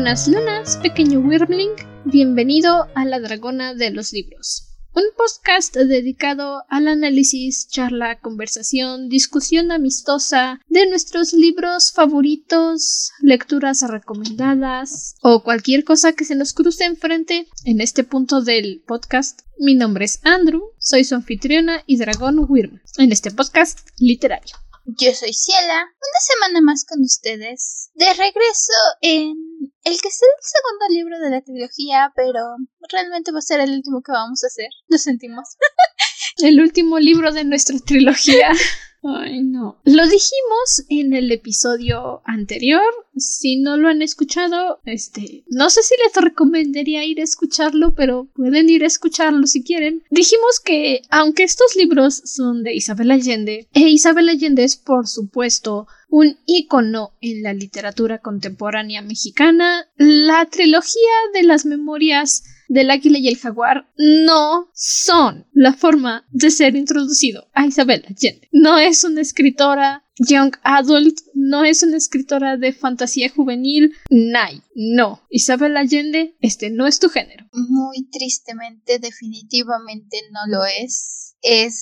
Buenas lunas, pequeño Wyrmling. Bienvenido a La Dragona de los Libros. Un podcast dedicado al análisis, charla, conversación, discusión amistosa de nuestros libros favoritos, lecturas recomendadas o cualquier cosa que se nos cruce enfrente en este punto del podcast. Mi nombre es Andrew, soy su anfitriona y dragón Wyrm en este podcast literario. Yo soy Ciela, una semana más con ustedes, de regreso en el que será el segundo libro de la trilogía, pero realmente va a ser el último que vamos a hacer, lo sentimos. El último libro de nuestra trilogía. Ay, no. Lo dijimos en el episodio anterior. Si no lo han escuchado, no sé si les recomendaría ir a escucharlo, pero pueden ir a escucharlo si quieren. Dijimos que, aunque estos libros son de Isabel Allende, e Isabel Allende es, por supuesto, un ícono en la literatura contemporánea mexicana, la trilogía de las memorias del Águila y el Jaguar no son la forma de ser introducido a Isabel Allende. No es una escritora young adult, no es una escritora de fantasía juvenil, no. Isabel Allende, no es tu género. Muy tristemente, definitivamente no lo es.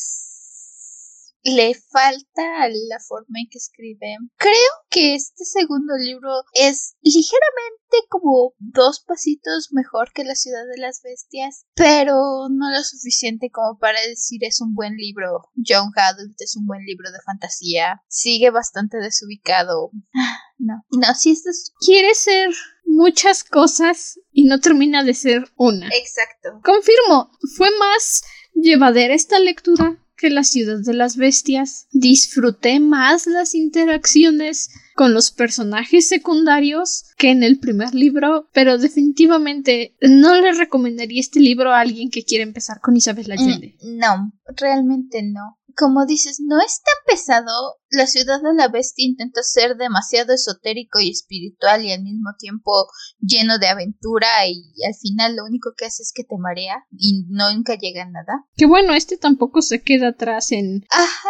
Le falta la forma en que escribe. Creo que este segundo libro es ligeramente como 2 pasitos mejor que La Ciudad de las Bestias, pero no lo suficiente como para decir es un buen libro young adult, es un buen libro de fantasía. Sigue bastante desubicado. No, si esto es... Quiere ser muchas cosas y no termina de ser una. Exacto. Confirmo, fue más llevadera esta lectura que La Ciudad de las Bestias. Disfruté más las interacciones con los personajes secundarios que en el primer libro, pero definitivamente no le recomendaría este libro a alguien que quiere empezar con Isabel Allende. No, realmente no. Como dices, no es tan pesado. La Ciudad de la Bestia intenta ser demasiado esotérico y espiritual y al mismo tiempo lleno de aventura, y al final lo único que hace es que te marea y nunca llega a nada. Que bueno, tampoco se queda atrás en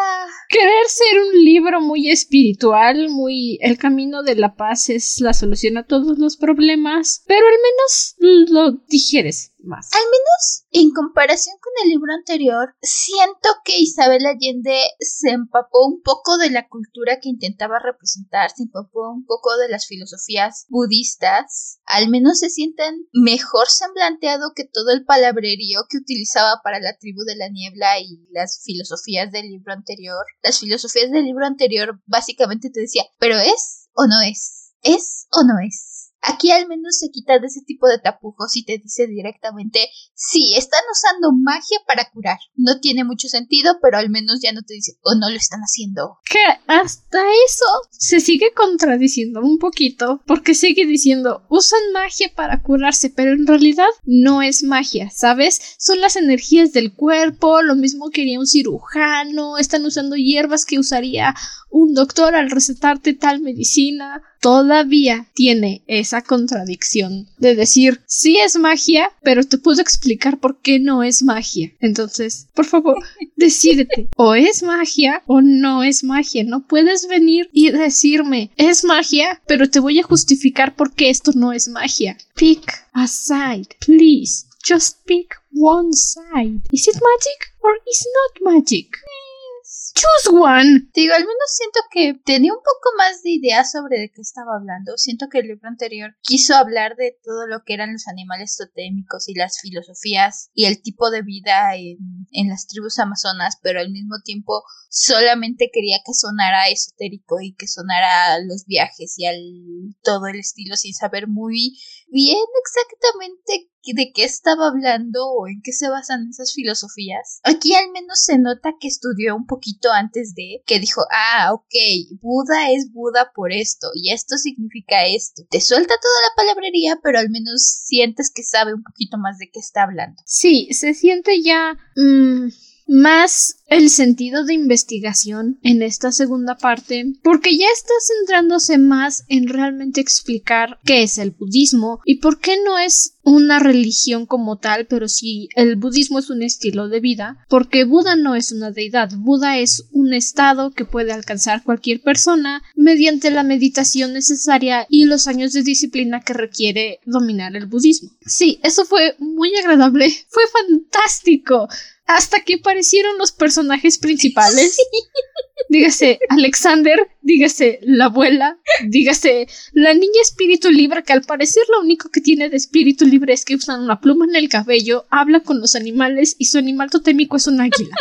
querer ser un libro muy espiritual, muy el camino de la paz es la solución a todos los problemas, pero al menos lo digieres más. Al menos en comparación con el libro anterior, siento que Isabel Allende se empapó un poco de la cultura que intentaba representar, se empapó un poco de las filosofías budistas. Al menos se sienten mejor semblanteado que todo el palabrerío que utilizaba para la tribu de la niebla y las filosofías del libro anterior. Las filosofías del libro anterior básicamente te decía, ¿pero es o no es? ¿Es o no es? Aquí al menos se quita de ese tipo de tapujos y te dice directamente, sí, están usando magia para curar. No tiene mucho sentido, pero al menos ya no te dice, o no lo están haciendo. Que hasta eso se sigue contradiciendo un poquito, porque sigue diciendo, usan magia para curarse, pero en realidad no es magia, ¿sabes? Son las energías del cuerpo, lo mismo que haría un cirujano, están usando hierbas que usaría un doctor al recetarte tal medicina. Todavía tiene esa contradicción de decir, sí es magia, pero te puedo explicar por qué no es magia. Entonces, por favor, decídete, o es magia o no es magia. No puedes venir y decirme, es magia, pero te voy a justificar por qué esto no es magia. Pick a side, please. Just pick one side. Is it magic or is not magic? Choose one. Te digo, al menos siento que tenía un poco más de idea sobre de qué estaba hablando. Siento que el libro anterior quiso hablar de todo lo que eran los animales totémicos y las filosofías y el tipo de vida en las tribus amazonas, pero al mismo tiempo solamente quería que sonara esotérico y que sonara a los viajes y al todo el estilo sin saber muy bien exactamente de qué estaba hablando o en qué se basan esas filosofías. Aquí al menos se nota que estudió un poquito antes de, que dijo, ok, Buda es Buda por esto y esto significa esto. Te suelta toda la palabrería, pero al menos sientes que sabe un poquito más de qué está hablando. Sí, se siente ya más el sentido de investigación en esta segunda parte, porque ya está centrándose más en realmente explicar qué es el budismo y por qué no es una religión como tal, pero sí el budismo es un estilo de vida, porque Buda no es una deidad, Buda es un estado que puede alcanzar cualquier persona mediante la meditación necesaria y los años de disciplina que requiere dominar el budismo. Sí, eso fue muy agradable, fue fantástico. Hasta que aparecieron los personajes principales. Sí. Dígase Alexander, dígase la abuela, dígase la niña espíritu libre, que al parecer lo único que tiene de espíritu libre es que usan una pluma en el cabello, habla con los animales y su animal totémico es un águila.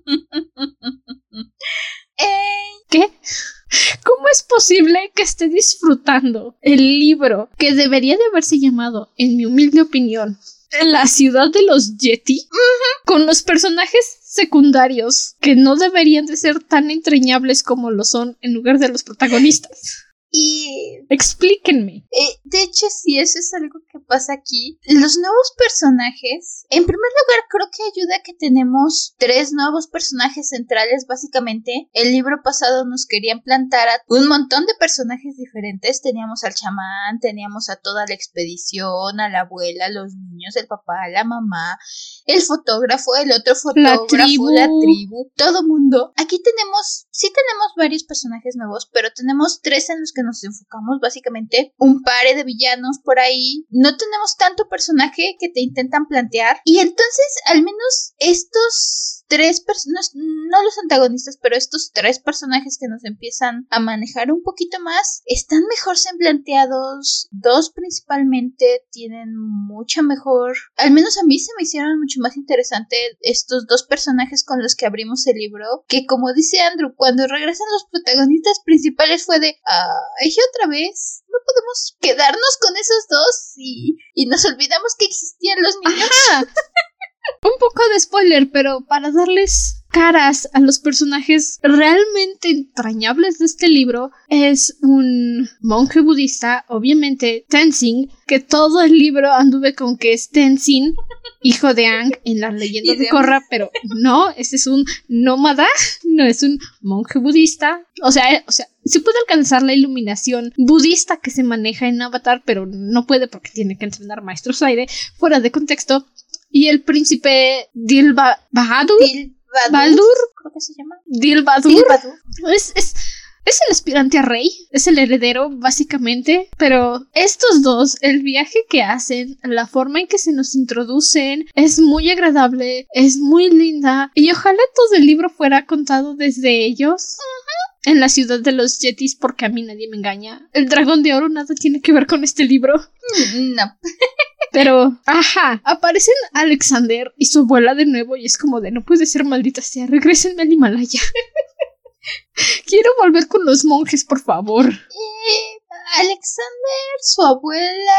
¿Qué? ¿Cómo es posible que esté disfrutando el libro que debería de haberse llamado, en mi humilde opinión, La ciudad de los Yeti, con los personajes secundarios que no deberían de ser tan entrañables como lo son en lugar de los protagonistas? Y explíquenme. De hecho, sí, eso es algo que pasa aquí. Los nuevos personajes, en primer lugar, creo que ayuda a que tenemos 3 nuevos personajes centrales. Básicamente, el libro pasado nos querían plantar a un montón de personajes diferentes. Teníamos al chamán, teníamos a toda la expedición, a la abuela, los niños, el papá, la mamá, el fotógrafo, el otro fotógrafo, la tribu, todo mundo. Aquí tenemos varios personajes nuevos, pero tenemos 3 en los que nos enfocamos, básicamente un par de villanos por ahí. No tenemos tanto personaje que te intentan plantear, y entonces al menos estos 3 personas, no los antagonistas, pero estos 3 personajes que nos empiezan a manejar un poquito más, están mejor planteados. 2 principalmente tienen mucha mejor, al menos a mí se me hicieron mucho más interesante estos 2 personajes con los que abrimos el libro, que como dice Andrew, cuando regresan los protagonistas principales fue de ¿y otra vez? ¿No podemos quedarnos con esos 2 y nos olvidamos que existían los niños? Ajá. Un poco de spoiler, pero para darles caras a los personajes realmente entrañables de este libro, es un monje budista, obviamente Tenzin, que todo el libro anduve con que es Tenzin, hijo de Aang en las leyendas de Korra, pero no, este es un nómada, no es un monje budista. O sea, sí puede alcanzar la iluminación budista que se maneja en Avatar, pero no puede porque tiene que entrenar maestros aire, fuera de contexto. Y el príncipe Bahadur, creo que se llama Dilbadur. Es el aspirante a rey, es el heredero básicamente, pero estos 2, el viaje que hacen, la forma en que se nos introducen, es muy agradable, es muy linda, y ojalá todo el libro fuera contado desde ellos. En la ciudad de los Yetis, porque a mí nadie me engaña. El dragón de oro nada tiene que ver con este libro. No. Pero, aparecen Alexander y su abuela de nuevo y es como de no puede ser, maldita sea, regrésenme al Himalaya. Quiero volver con los monjes, por favor. Alexander, su abuela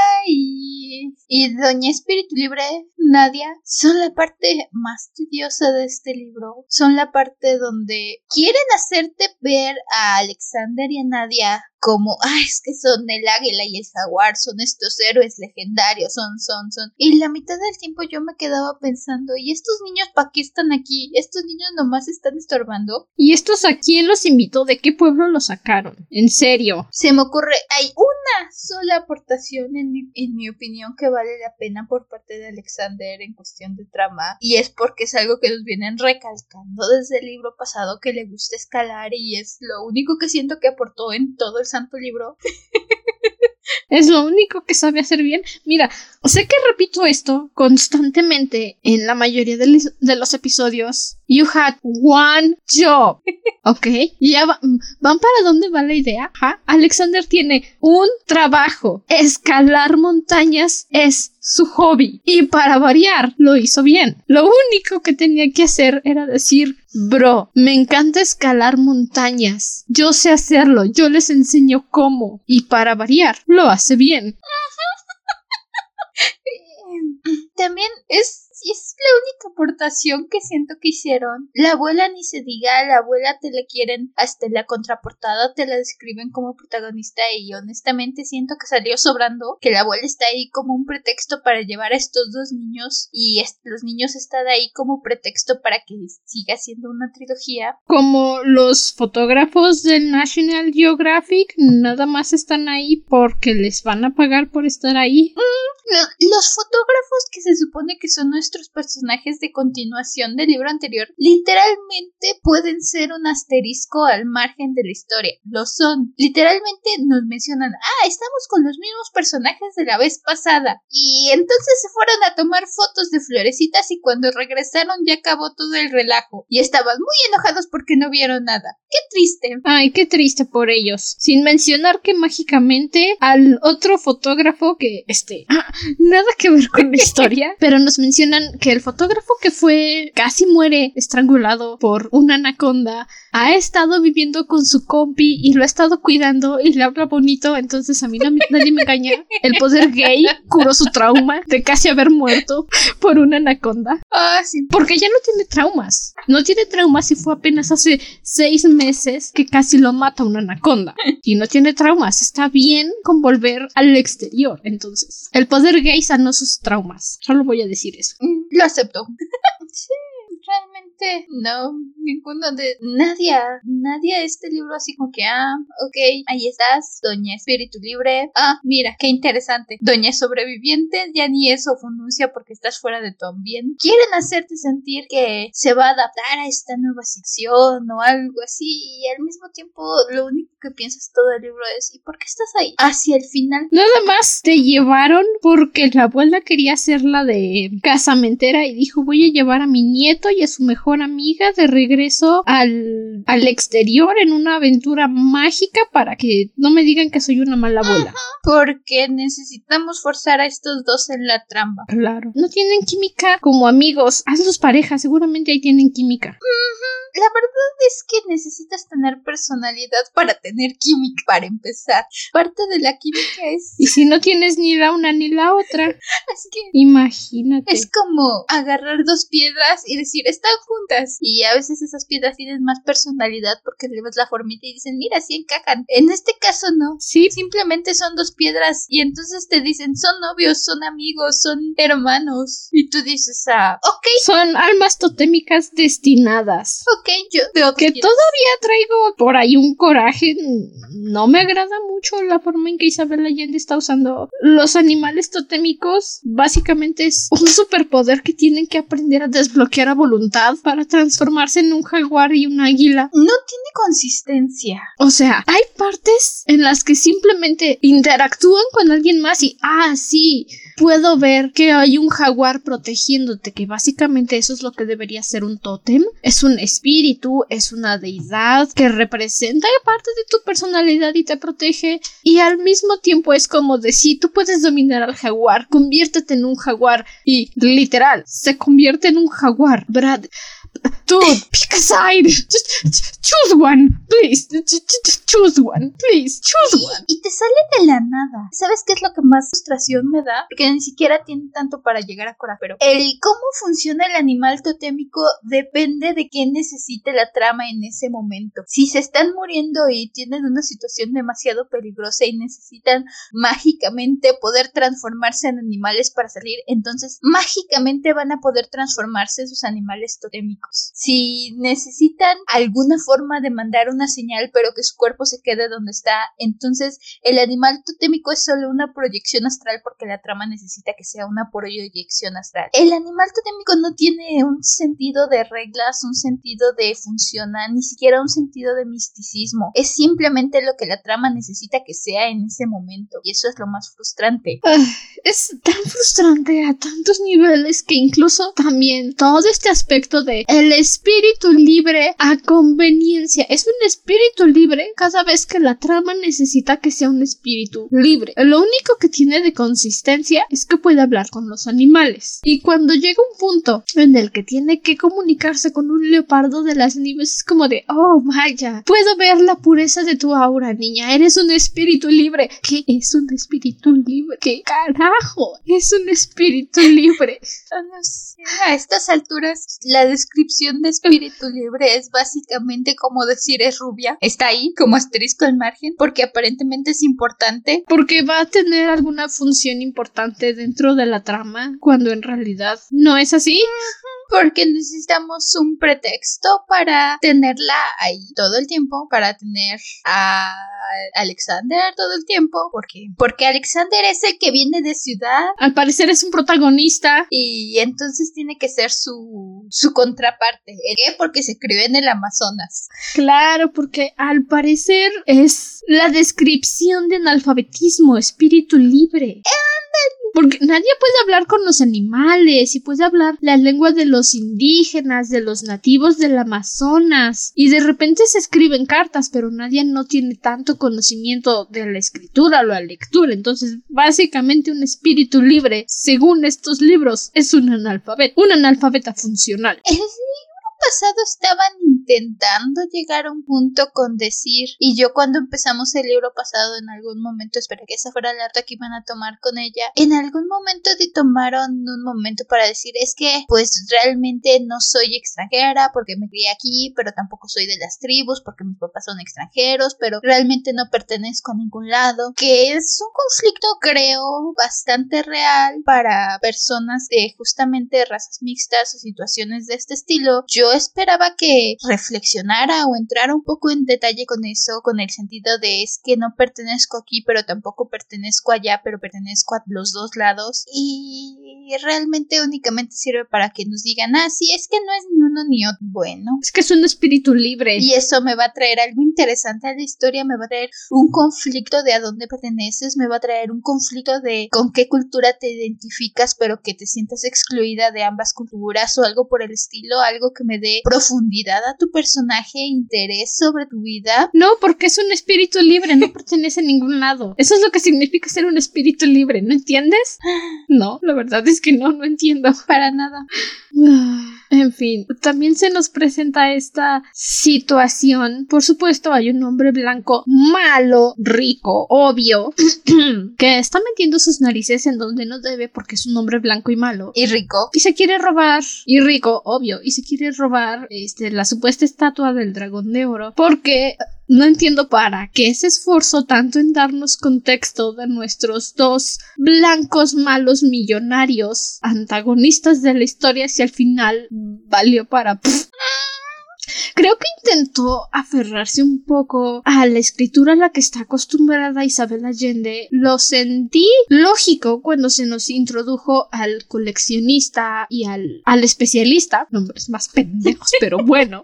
y Doña Espíritu Libre, Nadia, son la parte más tediosa de este libro. Son la parte donde quieren hacerte ver a Alexander y a Nadia como, es que son el águila y el jaguar, son estos héroes legendarios, son. Y la mitad del tiempo yo me quedaba pensando, ¿y estos niños para qué están aquí? ¿Estos niños nomás están estorbando? ¿Y estos a quién los invitó? ¿De qué pueblo los sacaron? En serio. Se me ocurre, hay una sola aportación en mi opinión que vale la pena por parte de Alexander en cuestión de trama, y es porque es algo que nos vienen recalcando desde el libro pasado, que le gusta escalar, y es lo único que siento que aportó en todo el santo libro. Es lo único que sabe hacer bien. Mira, sé que repito esto constantemente en la mayoría de los episodios. You had one job. ¿Ok? ¿Ya van para dónde va la idea? Alexander tiene un trabajo. Escalar montañas es su hobby. Y para variar, lo hizo bien. Lo único que tenía que hacer era decir: bro, me encanta escalar montañas. Yo sé hacerlo. Yo les enseño cómo. Y para variar, lo hace bien. También Sí, es la única aportación que siento que hicieron. La abuela ni se diga, la abuela te la quieren, hasta en la contraportada te la describen como protagonista y honestamente siento que salió sobrando, que la abuela está ahí como un pretexto para llevar a estos dos niños y los niños están ahí como pretexto para que siga siendo una trilogía. Como los fotógrafos del National Geographic nada más están ahí porque les van a pagar por estar ahí. Los fotógrafos que se supone que son nuestros personajes de continuación del libro anterior, literalmente pueden ser un asterisco al margen de la historia. Lo son. Literalmente nos mencionan, estamos con los mismos personajes de la vez pasada. Y entonces se fueron a tomar fotos de florecitas y cuando regresaron ya acabó todo el relajo. Y estaban muy enojados porque no vieron nada. ¡Qué triste! Ay, qué triste por ellos. Sin mencionar que mágicamente al otro fotógrafo que, nada que ver con la historia, pero nos mencionan que el fotógrafo que casi muere estrangulado por una anaconda, ha estado viviendo con su compi y lo ha estado cuidando y le habla bonito, entonces a mí nadie me engaña. El poder gay curó su trauma de casi haber muerto por una anaconda. Sí. Porque ya no tiene traumas. No tiene traumas y fue apenas hace 6 meses que casi lo mata una anaconda. Y no tiene traumas. Está bien con volver al exterior. Entonces, el poder gay sanó sus traumas. Solo voy a decir eso. Lo acepto. Sí. Realmente no, ninguno de nadie a este libro así como que ok, ahí estás, Doña Espíritu Libre, mira, qué interesante, Doña Sobreviviente, ya ni eso pronuncia porque estás fuera de tu ambiente. Quieren hacerte sentir que se va a adaptar a esta nueva situación o algo así y al mismo tiempo lo único que piensas todo el libro es ¿y por qué estás ahí? Hacia el final. Nada más te llevaron porque la abuela quería hacerla de casamentera y dijo voy a llevar a mi nieto y a su mejor amiga de regreso al exterior en una aventura mágica para que no me digan que soy una mala abuela. Porque necesitamos forzar a estos dos en la trampa. Claro. No tienen química como amigos. Hazlos pareja, seguramente ahí tienen química. La verdad es que necesitas tener personalidad para tener química, para empezar. Parte de la química es... Y si no tienes ni la una ni la otra, así que... imagínate. Es como agarrar dos piedras y decir, están juntas. Y a veces esas piedras tienen más personalidad porque le ves la formita y dicen, mira, sí encajan. En este caso no. Sí. Simplemente son dos piedras y entonces te dicen, son novios, son amigos, son hermanos. Y tú dices, ok. Son almas totémicas destinadas. Ok, yo veo que todavía traigo por ahí un coraje. No me agrada mucho la forma en que Isabel Allende está usando los animales totémicos. Básicamente es un superpoder que tienen que aprender a desbloquear a voluntad para transformarse en un jaguar y un águila. No tiene consistencia. O sea, hay partes en las que simplemente interactúan con alguien más y sí, puedo ver que hay un jaguar protegiéndote, que básicamente eso es lo que debería ser un tótem. Es un espíritu, es una deidad que representa parte de tu personalidad y te protege. Y al mismo tiempo es como de si tú puedes dominar al jaguar, conviértete en un jaguar. Y literal, se convierte en un jaguar. Brad, dude, pick a side. Just choose one, please. Just choose one, please. Choose one. Y te sale de la nada. ¿Sabes qué es lo que más frustración me da? Porque ni siquiera tiene tanto para llegar a coraje. Pero el cómo funciona el animal totémico depende de qué necesite la trama en ese momento. Si se están muriendo y tienen una situación demasiado peligrosa y necesitan mágicamente poder transformarse en animales para salir, entonces mágicamente van a poder transformarse en sus animales totémicos. Si necesitan alguna forma de mandar una señal pero que su cuerpo se quede donde está, entonces el animal totémico es solo una proyección astral porque la trama necesita que sea una proyección astral. El animal totémico no tiene un sentido de reglas, un sentido de funcionar, ni siquiera un sentido de misticismo. Es simplemente lo que la trama necesita que sea en ese momento y eso es lo más frustrante. Es tan frustrante a tantos niveles que incluso también todo este aspecto de el espíritu libre a conveniencia. Es un espíritu libre cada vez que la trama necesita que sea un espíritu libre. Lo único que tiene de consistencia es que puede hablar con los animales. Y cuando llega un punto en el que tiene que comunicarse con un leopardo de las nieves, es como de, oh vaya, puedo ver la pureza de tu aura, niña. Eres un espíritu libre. ¿Qué es un espíritu libre? ¿Qué carajo es un espíritu libre? No sé, a estas alturas la descripción de espíritu libre es básicamente como decir es rubia. Está ahí como asterisco al margen porque aparentemente es importante. Porque va a tener alguna función importante dentro de la trama cuando en realidad no es así. Porque necesitamos un pretexto para tenerla ahí todo el tiempo, para tener a Alexander todo el tiempo. ¿Por qué? Porque Alexander es el que viene de ciudad. Al parecer es un protagonista. Y entonces tiene que ser su contraparte. ¿Por qué? Porque se crió en el Amazonas. Claro, porque al parecer es la descripción de analfabetismo, espíritu libre. Porque nadie puede hablar con los animales y puede hablar la lengua de los indígenas, de los nativos del Amazonas. Y de repente se escriben cartas, pero nadie no tiene tanto conocimiento de la escritura o la lectura. Entonces, básicamente un espíritu libre, según estos libros, es un analfabeta funcional. Pasado estaban intentando llegar a un punto con decir, y yo cuando empezamos el libro pasado en algún momento, esperé que esa fuera la ruta que iban a tomar con ella, en algún momento tomaron un momento para decir, es que pues realmente no soy extranjera porque me crié aquí, pero tampoco soy de las tribus porque mis papás son extranjeros, pero realmente no pertenezco a ningún lado, que es un conflicto creo bastante real para personas de justamente razas mixtas o situaciones de este estilo. Yo esperaba que reflexionara o entrara un poco en detalle con eso, con el sentido de es que no pertenezco aquí, pero tampoco pertenezco allá, pero pertenezco a los dos lados. Y realmente únicamente sirve para que nos digan, sí, es que no es ni uno ni otro. Bueno. Es que es un espíritu libre. Y eso me va a traer algo interesante a la historia, me va a traer un conflicto de a dónde perteneces, me va a traer un conflicto de con qué cultura te identificas, pero que te sientas excluida de ambas culturas o algo por el estilo, algo que me dé profundidad a tu personaje, interés sobre tu vida. No, porque es un espíritu libre, no pertenece a ningún lado. Eso es lo que significa ser un espíritu libre, ¿no entiendes? No, la verdad es que no entiendo. Para nada. En fin, también se nos presenta esta situación. Por supuesto, hay un hombre blanco malo, rico, obvio, que está metiendo sus narices en donde no debe porque es un hombre blanco y malo. Y rico. Y se quiere robar, y rico, obvio, y se quiere robar la supuesta estatua del dragón de oro porque... No entiendo para qué se esforzó tanto en darnos contexto de nuestros dos blancos malos millonarios antagonistas de la historia si al final valió para... Creo que intentó aferrarse un poco a la escritura a la que está acostumbrada Isabel Allende. Lo sentí lógico cuando se nos introdujo al coleccionista y al especialista. Nombres más pendejos, pero bueno.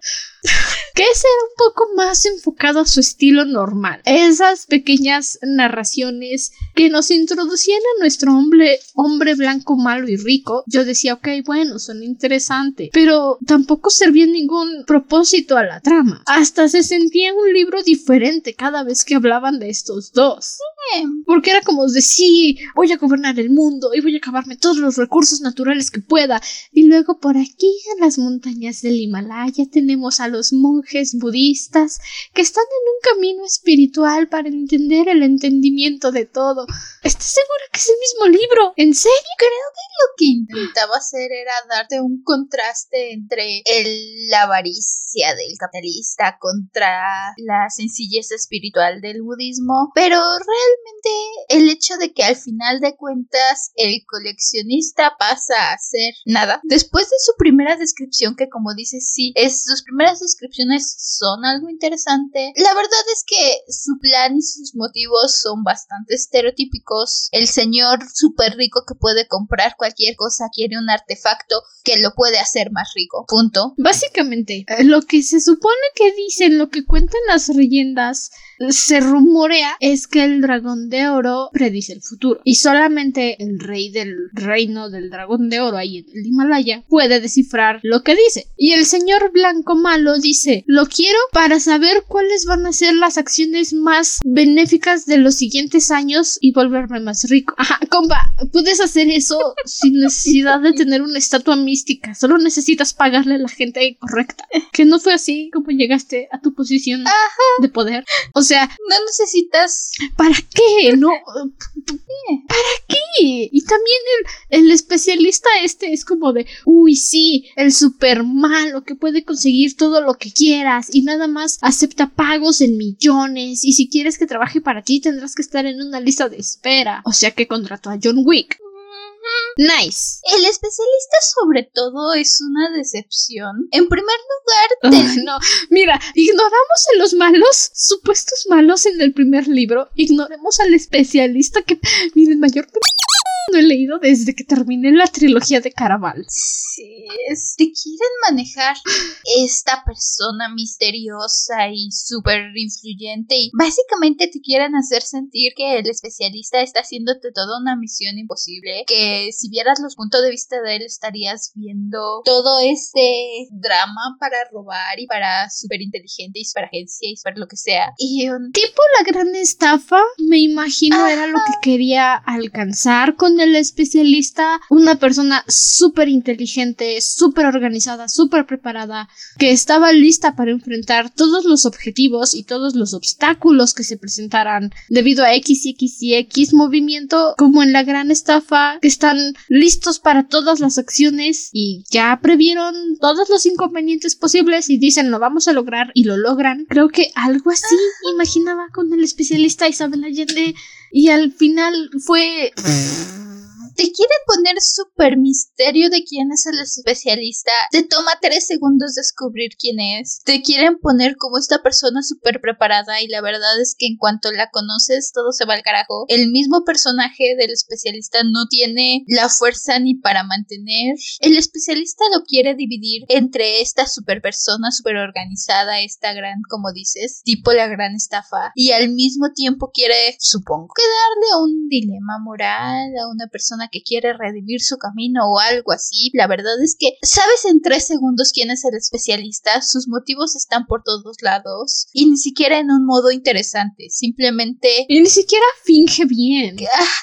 Que ese era un poco más enfocado a su estilo normal. Esas pequeñas narraciones que nos introducían a nuestro hombre blanco malo y rico. Yo decía, ok, bueno, son interesantes, pero tampoco servían ningún propósito a la trama. Hasta se sentía un libro diferente cada vez que hablaban de estos dos. Porque era como de sí, voy a gobernar el mundo y voy a acabarme todos los recursos naturales que pueda. Y luego por aquí en las montañas del Himalaya tenemos a los monjes budistas que están en un camino espiritual para entender el entendimiento de todo. ¿Estás segura que es el mismo libro? ¿En serio? Creo que lo que intentaba hacer era darte un contraste entre la avaricia del capitalista contra la sencillez espiritual del budismo, pero realmente el hecho de que al final de cuentas el coleccionista pasa a ser nada. Después de su primera descripción, que como dices, sí, sus primeras descripciones son algo interesante, la verdad es que su plan y sus motivos son bastante estereotípicos. El señor súper rico que puede comprar cualquier cosa quiere un artefacto que lo puede hacer más rico. Punto. Básicamente, lo que se supone que dicen, lo que cuentan las leyendas, se rumorea es que el dragón de oro predice el futuro y solamente el rey del reino del dragón de oro ahí en el Himalaya puede descifrar lo que dice. Y el señor blanco malo dice, lo quiero para saber cuáles van a ser las acciones más benéficas de los siguientes años y volverme más rico. Ajá, compa, puedes hacer eso sin necesidad de tener una estatua mística, solo necesitas pagarle a la gente correcta. Que no fue así como llegaste a tu posición de poder. O sea, no necesitas... ¿Para qué? No... ¿Para qué? Y también el especialista es como de, uy, sí, el super malo que puede conseguir todo lo que quieras y nada más acepta pagos en millones y si quieres que trabaje para ti tendrás que estar en una lista de espera. O sea que contrató a John Wick. Nice. El especialista sobre todo es una decepción. En primer lugar, no, mira, ignoramos a los malos, supuestos malos en el primer libro, ignoremos al especialista que, miren, mayor no he leído desde que terminé la trilogía de Caraval. Sí, te quieren manejar esta persona misteriosa y súper influyente y básicamente te quieren hacer sentir que el especialista está haciéndote toda una misión imposible, que si vieras los puntos de vista de él estarías viendo todo este drama para robar y para súper inteligente y súper agencia y súper lo que sea. Y tipo la gran estafa, me imagino era lo que quería alcanzar con el especialista, una persona súper inteligente, súper organizada, súper preparada, que estaba lista para enfrentar todos los objetivos y todos los obstáculos que se presentaran debido a X y X movimiento, como en la gran estafa, que están listos para todas las acciones y ya previeron todos los inconvenientes posibles y dicen lo vamos a lograr y lo logran. Creo que algo así imaginaba con el especialista Isabel Allende y al final fue... Te quieren poner súper misterio de quién es el especialista. Te toma 3 segundos descubrir quién es. Te quieren poner como esta persona súper preparada y la verdad es que en cuanto la conoces todo se va al carajo. El mismo personaje del especialista no tiene la fuerza ni para mantener. El especialista lo quiere dividir entre esta súper persona súper organizada, esta gran, como dices, tipo la gran estafa. Y al mismo tiempo quiere, supongo, que darle un dilema moral a una persona que quiere redimir su camino o algo así. La verdad es que sabes en 3 segundos quién es el especialista, sus motivos están por todos lados y ni siquiera en un modo interesante, simplemente... Y ni siquiera finge bien.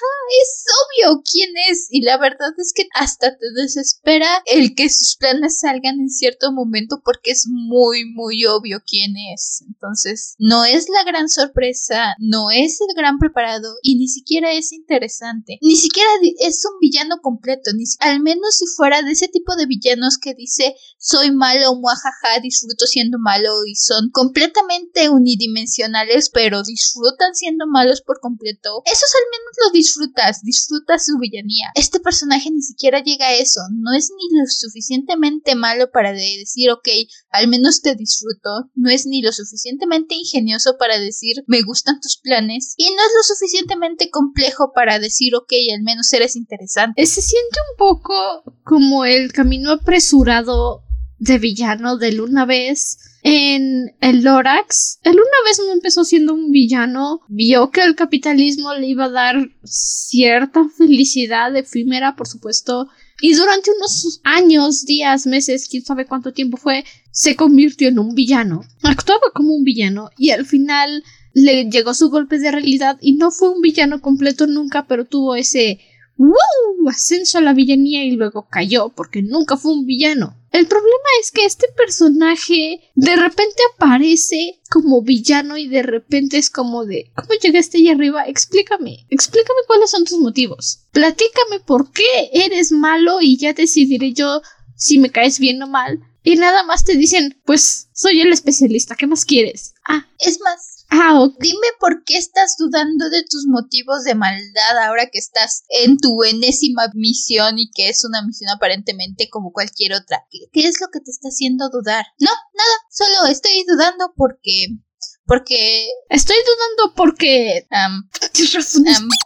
Es obvio quién es y la verdad es que hasta te desespera el que sus planes salgan en cierto momento porque es muy muy obvio quién es. Entonces no es la gran sorpresa, no es el gran preparado y ni siquiera es interesante, ni siquiera es un villano completo, al menos si fuera de ese tipo de villanos que dice soy malo, muajaja, disfruto siendo malo y son completamente unidimensionales pero disfrutan siendo malos por completo. Esos al menos lo disfrutas su villanía. Este personaje ni siquiera llega a eso, no es ni lo suficientemente malo para decir ok, al menos te disfruto, no es ni lo suficientemente ingenioso para decir me gustan tus planes y no es lo suficientemente complejo para decir ok, al menos eres interesante. Se siente un poco como el camino apresurado de villano del Una Vez en el Lorax. El Una Vez no empezó siendo un villano, vio que el capitalismo le iba a dar cierta felicidad efímera, por supuesto, y durante unos años, días, meses, quién sabe cuánto tiempo fue, se convirtió en un villano. Actuaba como un villano y al final le llegó su golpe de realidad y no fue un villano completo nunca, pero tuvo ese ascenso a la villanía y luego cayó porque nunca fue un villano. El problema es que este personaje de repente aparece como villano y de repente es como de ¿cómo llegaste ahí arriba? Explícame cuáles son tus motivos. Platícame por qué eres malo y ya decidiré yo si me caes bien o mal. Y nada más te dicen, pues soy el especialista, ¿qué más quieres? Es más, Okay. Dime por qué estás dudando de tus motivos de maldad ahora que estás en tu enésima misión y que es una misión aparentemente como cualquier otra. ¿Qué es lo que te está haciendo dudar? No, nada, solo estoy dudando porque... Estoy dudando porque...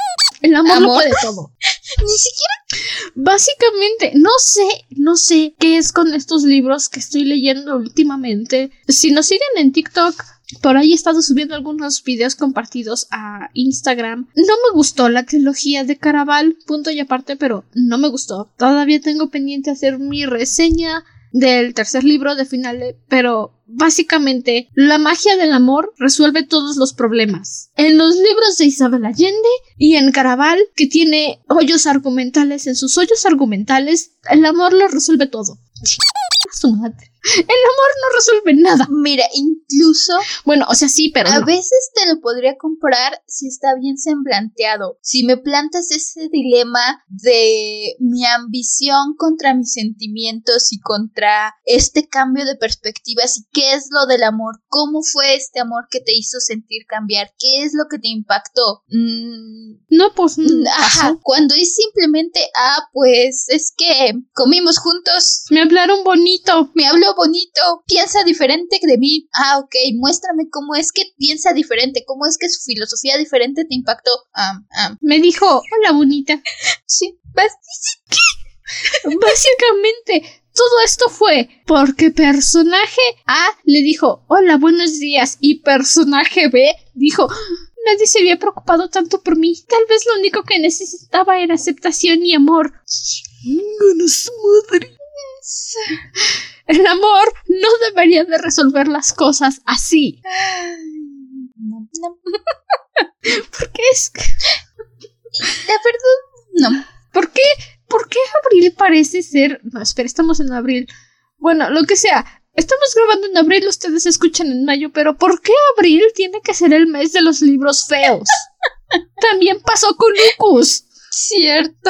El amor lo puede todo. Ni siquiera. Básicamente, no sé qué es con estos libros que estoy leyendo últimamente. Si nos siguen en TikTok, por ahí he estado subiendo algunos videos compartidos a Instagram. No me gustó la trilogía de Caraval, punto y aparte, pero no me gustó. Todavía tengo pendiente hacer mi reseña del tercer libro de Finale, pero básicamente la magia del amor resuelve todos los problemas. En los libros de Isabel Allende y en Caraval, que tiene hoyos argumentales, en sus hoyos argumentales, el amor lo resuelve todo. Su madre. El amor no resuelve nada. Mira, incluso... Bueno, o sea, sí, pero a no. veces te lo podría comprar si está bien semblanteado. Si me plantas ese dilema de mi ambición contra mis sentimientos y contra este cambio de perspectivas y qué es lo del amor, cómo fue este amor que te hizo sentir cambiar, qué es lo que te impactó. No, pues... Ajá, cuando es simplemente, pues es que comimos juntos. Me hablaron bonito. Me habló bonito, piensa diferente de mí. Ok, muéstrame cómo es que piensa diferente, cómo es que su filosofía diferente te impactó. Me dijo, hola bonita. Sí, básicamente, todo esto fue porque personaje A le dijo, hola, buenos días, y personaje B dijo, nadie se había preocupado tanto por mí. Tal vez lo único que necesitaba era aceptación y amor. ¡Su madre! El amor no debería de resolver las cosas así. No. ¿Por qué es que... La verdad, no. ¿Por qué abril parece ser... No, espera, estamos en abril. Bueno, lo que sea. Estamos grabando en abril, ustedes escuchan en mayo, pero ¿por qué abril tiene que ser el mes de los libros feos? También pasó con Lucas. Cierto.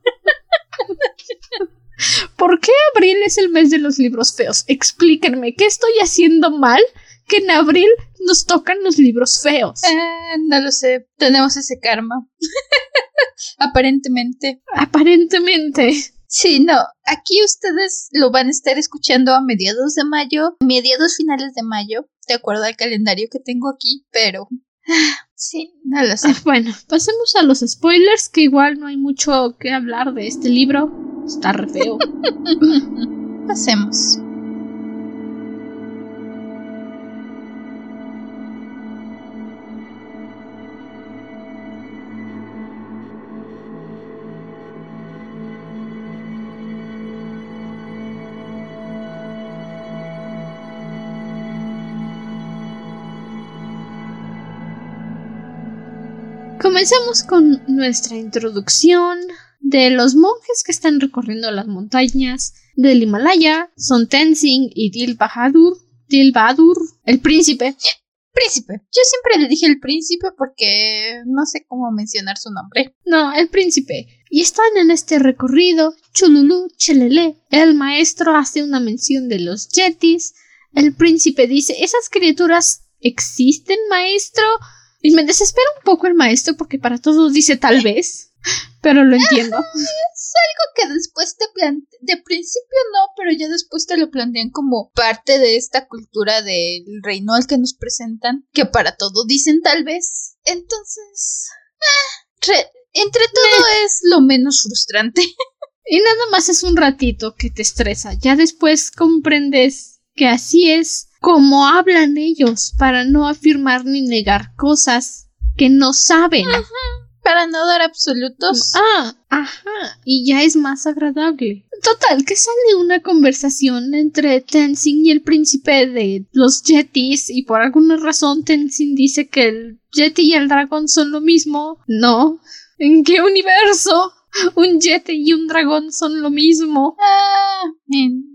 ¿Por qué abril es el mes de los libros feos? Explíquenme, ¿qué estoy haciendo mal que en abril nos tocan los libros feos? No lo sé, tenemos ese karma. Aparentemente. Sí, no, aquí ustedes lo van a estar escuchando a mediados finales de mayo, de acuerdo al calendario que tengo aquí, pero... Sí, no lo sé. Bueno, pasemos a los spoilers, que igual no hay mucho que hablar de este libro. Está re feo. Pasemos. Comencemos con nuestra introducción de los monjes que están recorriendo las montañas del Himalaya. Son Tenzin y Dil Bahadur, el príncipe. Príncipe. Yo siempre le dije el príncipe porque no sé cómo mencionar su nombre. No, el príncipe. Y están en este recorrido, chululú, chelele. El maestro hace una mención de los yetis. El príncipe dice, ¿esas criaturas existen, maestro? Y me desespera un poco el maestro porque para todos dice tal vez, pero lo entiendo. Es algo que después te plantean, de principio no, pero ya después te lo plantean como parte de esta cultura del reino al que nos presentan, que para todo dicen tal vez. Entonces, entre todo es lo menos frustrante. Y nada más es un ratito que te estresa, ya después comprendes que así es como hablan ellos para no afirmar ni negar cosas que no saben. Ajá, para no dar absolutos. Ajá, y ya es más agradable. Total, que sale una conversación entre Tenzin y el príncipe de los yetis y por alguna razón Tenzin dice que el yeti y el dragón son lo mismo. No, ¿en qué universo un yeti y un dragón son lo mismo? En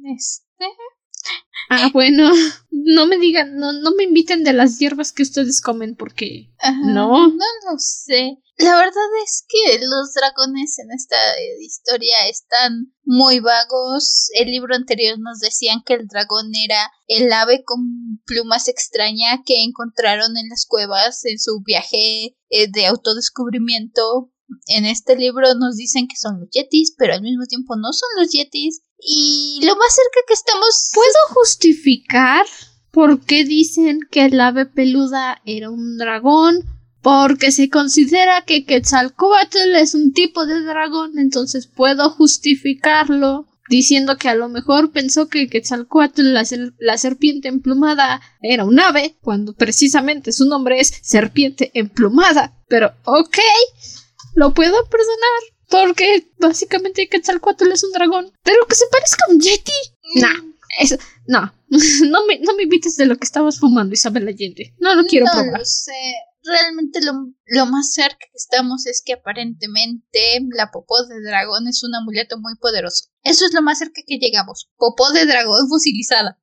bueno, no me digan, no me inviten de las hierbas que ustedes comen porque no lo sé. La verdad es que los dragones en esta historia están muy vagos. El libro anterior nos decían que el dragón era el ave con plumas extraña que encontraron en las cuevas en su viaje de autodescubrimiento. En este libro nos dicen que son los yetis, pero al mismo tiempo no son los yetis. Y lo más cerca que estamos... ¿Puedo justificar por qué dicen que el ave peluda era un dragón? porque se considera que Quetzalcóatl es un tipo de dragón, entonces puedo justificarlo diciendo que a lo mejor pensó que Quetzalcóatl, la serpiente emplumada, era un ave, cuando precisamente su nombre es serpiente emplumada. Pero ok, lo puedo perdonar, porque básicamente Quetzalcóatl es un dragón. Pero que se parezca a un yeti, no. No me invites de lo que estabas fumando, Isabel Allende. No lo quiero probar. No lo sé. Realmente lo más cerca que estamos es que aparentemente la popó de dragón es un amuleto muy poderoso. Eso es lo más cerca que llegamos. Popó de dragón fosilizada.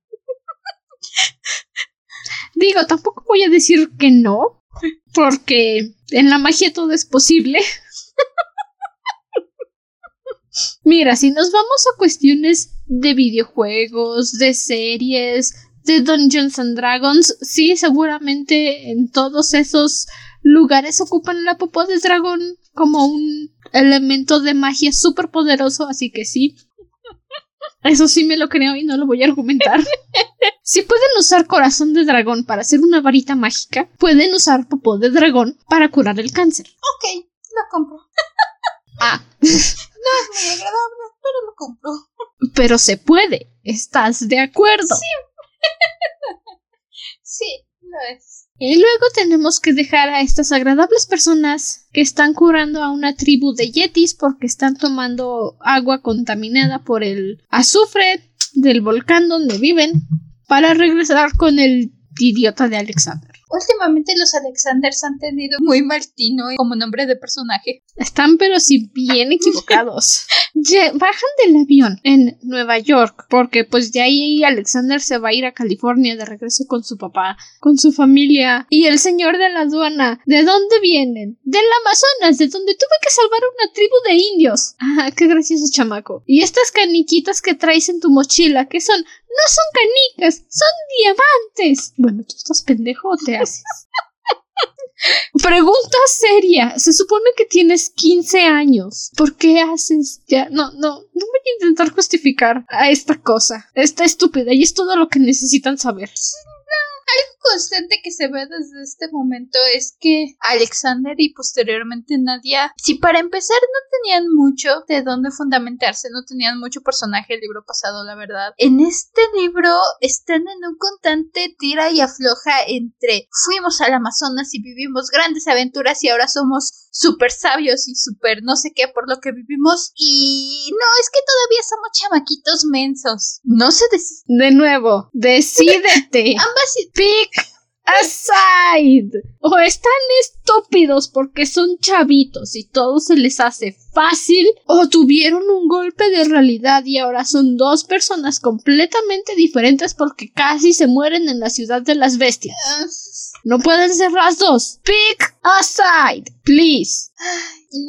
Digo, tampoco voy a decir que no, porque en la magia todo es posible. Mira, si nos vamos a cuestiones de videojuegos, de series, de Dungeons and Dragons, sí, seguramente en todos esos lugares ocupan la popó de dragón como un elemento de magia súper poderoso, así que sí. Eso sí me lo creo y no lo voy a argumentar. Si pueden usar corazón de dragón para hacer una varita mágica, pueden usar popó de dragón para curar el cáncer. Ok, lo compro. No es muy agradable, pero lo compro. Pero se puede. ¿Estás de acuerdo? Sí, lo es. Y luego tenemos que dejar a estas agradables personas que están curando a una tribu de yetis porque están tomando agua contaminada por el azufre del volcán donde viven para regresar con el idiota de Alexander. Últimamente los Alexanders han tenido muy mal tino como nombre de personaje. Están pero sí bien equivocados. Bajan del avión en Nueva York porque pues de ahí Alexander se va a ir a California de regreso con su papá, con su familia. Y el señor de la aduana, ¿de dónde vienen? Del Amazonas, de donde tuve que salvar a una tribu de indios. Ah, qué gracioso chamaco. Y estas caniquitas que traes en tu mochila, ¿qué son? No son canicas, son diamantes. Bueno, ¿tú estás pendejo o te haces? Pregunta seria. Se supone que tienes 15 años. ¿Por qué haces? Ya, no voy a intentar justificar a esta cosa. Está estúpida y es todo lo que necesitan saber. Algo constante que se ve desde este momento es que Alexander y posteriormente Nadia, si para empezar no tenían mucho de dónde fundamentarse, no tenían mucho personaje el libro pasado, la verdad. En este libro están en un constante tira y afloja entre fuimos al Amazonas y vivimos grandes aventuras y ahora somos súper sabios y súper no sé qué por lo que vivimos, y no, es que todavía somos chamaquitos mensos. No se De nuevo, decídete. Pick a side. O están estúpidos porque son chavitos y todo se les hace fácil, o tuvieron un golpe de realidad y ahora son dos personas completamente diferentes porque casi se mueren en la ciudad de las bestias. No pueden ser las dos. Pick a side, please. No,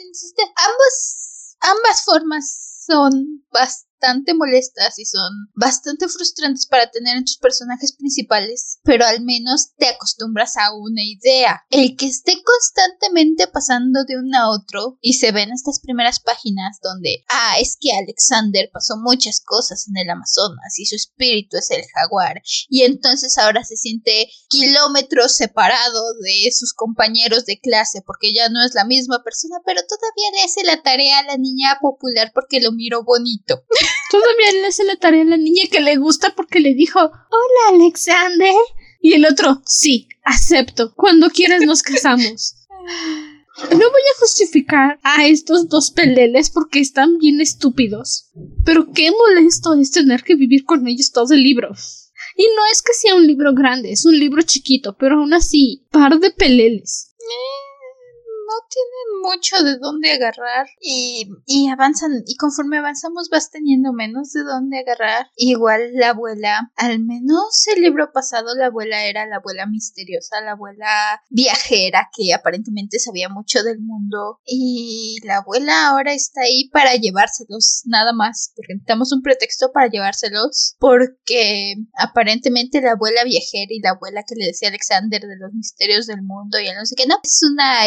ambas formas son bastante molestas y son bastante frustrantes para tener en tus personajes principales, pero al menos te acostumbras a una idea. El que esté constantemente pasando de uno a otro, y se ven estas primeras páginas donde, es que Alexander pasó muchas cosas en el Amazonas y su espíritu es el jaguar, y entonces ahora se siente kilómetros separado de sus compañeros de clase porque ya no es la misma persona, pero todavía le hace la tarea a la niña popular porque lo miro bonito. Todavía le hace la tarea a la niña que le gusta porque le dijo, hola Alexander. Y el otro, sí, acepto. Cuando quieras nos casamos. No voy a justificar a estos dos peleles porque están bien estúpidos. Pero qué molesto es tener que vivir con ellos todo el libro. Y no es que sea un libro grande, es un libro chiquito, pero aún así, par de peleles. No tienen mucho de dónde agarrar y avanzan, y conforme avanzamos vas teniendo menos de dónde agarrar. Igual la abuela, al menos el libro pasado la abuela era la abuela misteriosa, la abuela viajera que aparentemente sabía mucho del mundo, y la abuela ahora está ahí para llevárselos, nada más, porque necesitamos un pretexto para llevárselos, porque aparentemente la abuela viajera y la abuela que le decía a Alexander de los misterios del mundo y el no sé qué, no, es una escéptica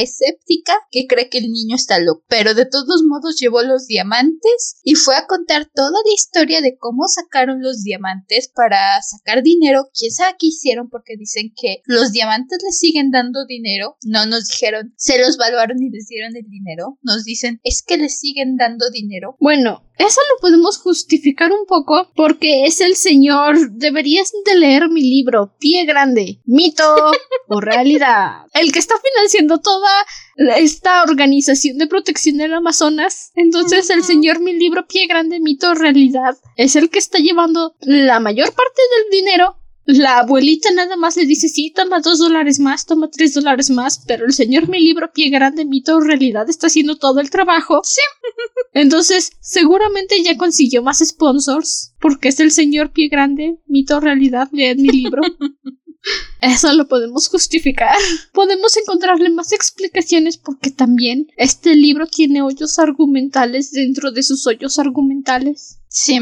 escéptica que cree que el niño está loco, pero de todos modos llevó los diamantes y fue a contar toda la historia de cómo sacaron los diamantes para sacar dinero. Quién sabe qué hicieron, porque dicen que los diamantes les siguen dando dinero. No nos dijeron se los valuaron y les dieron el dinero, nos dicen es que les siguen dando dinero. Bueno, eso lo podemos justificar un poco porque es el señor. Deberías de leer mi libro, Pie Grande, mito o realidad. El que está financiando toda esta organización de protección del Amazonas. Entonces el señor Mi Libro, Pie Grande, mito o realidad es el que está llevando la mayor parte del dinero. La abuelita nada más le dice, sí, toma $2 más, toma $3 más, pero el señor Mi Libro, Pie Grande, mito o realidad está haciendo todo el trabajo. Sí. Entonces, seguramente ya consiguió más sponsors, porque es el señor Pie Grande, mito o realidad, leed mi libro. Eso lo podemos justificar. Podemos encontrarle más explicaciones porque también este libro tiene hoyos argumentales dentro de sus hoyos argumentales. Sí.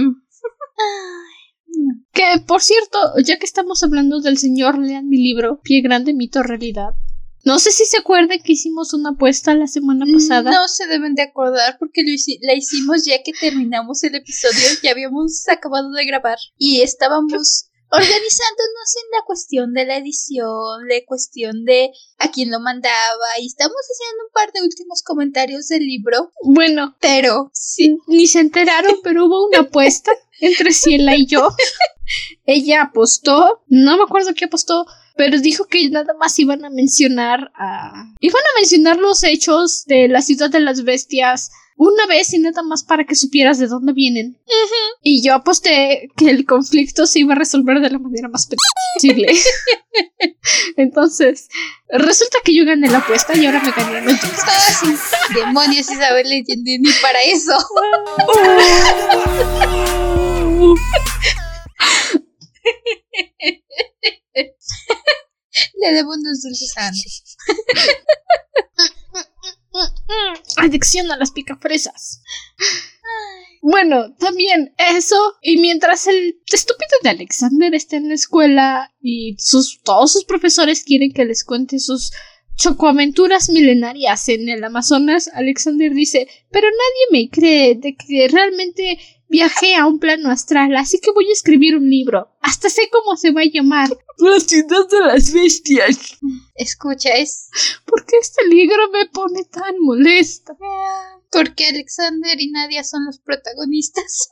Que, por cierto, ya que estamos hablando del señor, lean mi libro, Pie Grande, mito o realidad. No sé si se acuerdan que hicimos una apuesta la semana pasada. No se deben de acordar porque la hicimos ya que terminamos el episodio. Ya habíamos acabado de grabar y estábamos organizándonos en la cuestión de la edición, la cuestión de a quién lo mandaba, y estamos haciendo un par de últimos comentarios del libro. Bueno, pero sí. Ni se enteraron, pero hubo una apuesta entre Ciela y yo. Ella apostó, no me acuerdo qué apostó, pero dijo que nada más iban a mencionar los hechos de la ciudad de las bestias una vez y nada más para que supieras de dónde vienen. Y yo aposté que el conflicto se iba a resolver de la manera más posible. Entonces, resulta que yo gané la apuesta y ahora me gané los dulces. Sí. Demonios, Isabel, ni para eso. Le debo unos dulces a Andy. Adicción a las picafresas. Bueno, también eso. Y mientras el estúpido de Alexander está en la escuela y todos sus profesores quieren que les cuente sus chocoaventuras milenarias en el Amazonas, Alexander dice, pero nadie me cree de que realmente viajé a un plano astral, así que voy a escribir un libro. Hasta sé cómo se va a llamar. La ciudad de las bestias. Escucha, ¿por qué este libro me pone tan molesta? Porque Alexander y Nadia son los protagonistas.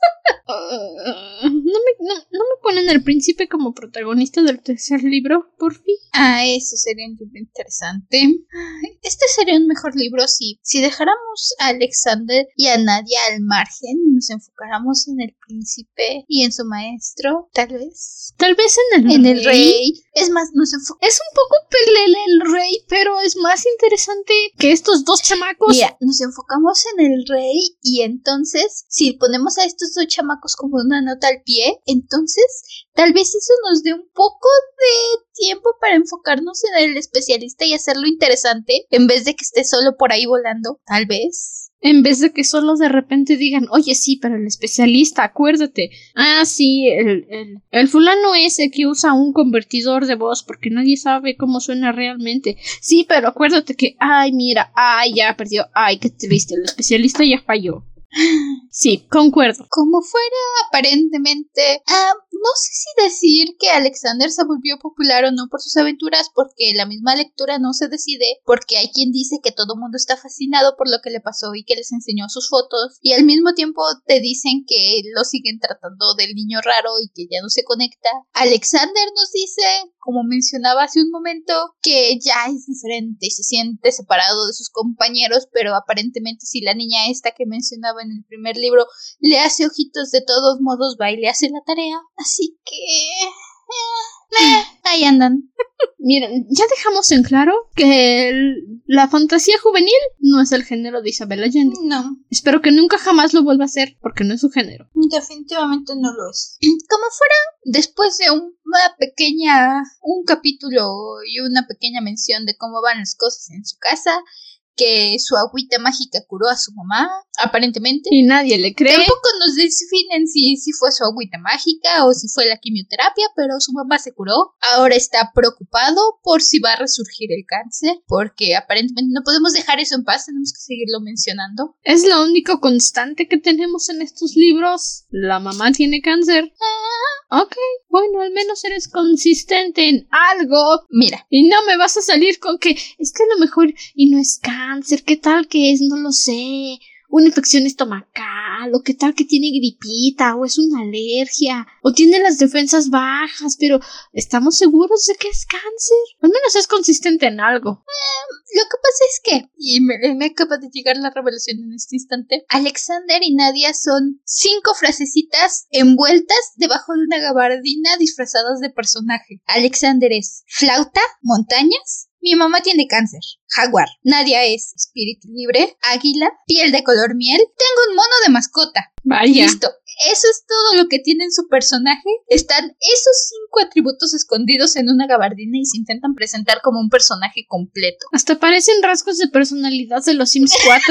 No me ponen al príncipe como protagonista del tercer libro, por fin. Eso sería un libro interesante. Este sería un mejor libro si dejáramos a Alexander y a Nadia al margen y nos enfocáramos en el príncipe y en su maestro, tal vez. Tal vez en el rey. Es más, es un poco pelele el rey, pero es más interesante que estos dos chamacos. Mira, nos enfocamos en el rey y entonces, si ponemos a estos dos chamacos como una nota al pie, entonces tal vez eso nos dé un poco de tiempo para enfocarnos en el especialista y hacerlo interesante en vez de que esté solo por ahí volando, tal vez. En vez de que solo de repente digan, oye, sí, pero el especialista, acuérdate. Ah, sí, el fulano ese que usa un convertidor de voz porque nadie sabe cómo suena realmente. Sí, pero acuérdate que, ay, mira, ay, ya perdió, ay, qué triste, el especialista ya falló. Sí, concuerdo. Como fuera, aparentemente, no sé si decir que Alexander se volvió popular o no por sus aventuras, porque la misma lectura no se decide, porque hay quien dice que todo el mundo está fascinado por lo que le pasó y que les enseñó sus fotos, y al mismo tiempo te dicen que lo siguen tratando del niño raro y que ya no se conecta. Alexander nos dice, como mencionaba hace un momento, que ya es diferente y se siente separado de sus compañeros, pero aparentemente si la niña esta que mencionaba en el primer libro le hace ojitos, de todos modos va y le hace la tarea, así que ahí andan. Miren, ya dejamos en claro que la fantasía juvenil no es el género de Isabel Allende. No. Espero que nunca jamás lo vuelva a hacer, porque no es su género. Definitivamente no lo es. Como fuera, después de un capítulo y una pequeña mención de cómo van las cosas en su casa, que su agüita mágica curó a su mamá, aparentemente. Y nadie le cree. Tampoco nos definen si fue su agüita mágica o si fue la quimioterapia, pero su mamá se curó. Ahora está preocupado por si va a resurgir el cáncer, porque aparentemente no podemos dejar eso en paz, tenemos que seguirlo mencionando. Es lo único constante que tenemos en estos libros. La mamá tiene cáncer. Ok, bueno, al menos eres consistente en algo. Mira. Y no me vas a salir con que es que a lo mejor y no es cáncer, ¿qué tal que es? No lo sé. Una infección estomacal, o qué tal que tiene gripita, o es una alergia, o tiene las defensas bajas, pero ¿estamos seguros de que es cáncer? Al menos es consistente en algo. Lo que pasa es que, y me acaba de llegar la revelación en este instante, Alexander y Nadia son 5 frasecitas envueltas debajo de una gabardina disfrazadas de personaje. Alexander es flauta, montañas. Mi mamá tiene cáncer. Jaguar. Nadia es espíritu libre. Águila. Piel de color miel. Tengo un mono de mascota. Vaya. Listo. Eso es todo lo que tiene en su personaje. Están esos 5 atributos escondidos en una gabardina y se intentan presentar como un personaje completo. Hasta parecen rasgos de personalidad de los Sims 4.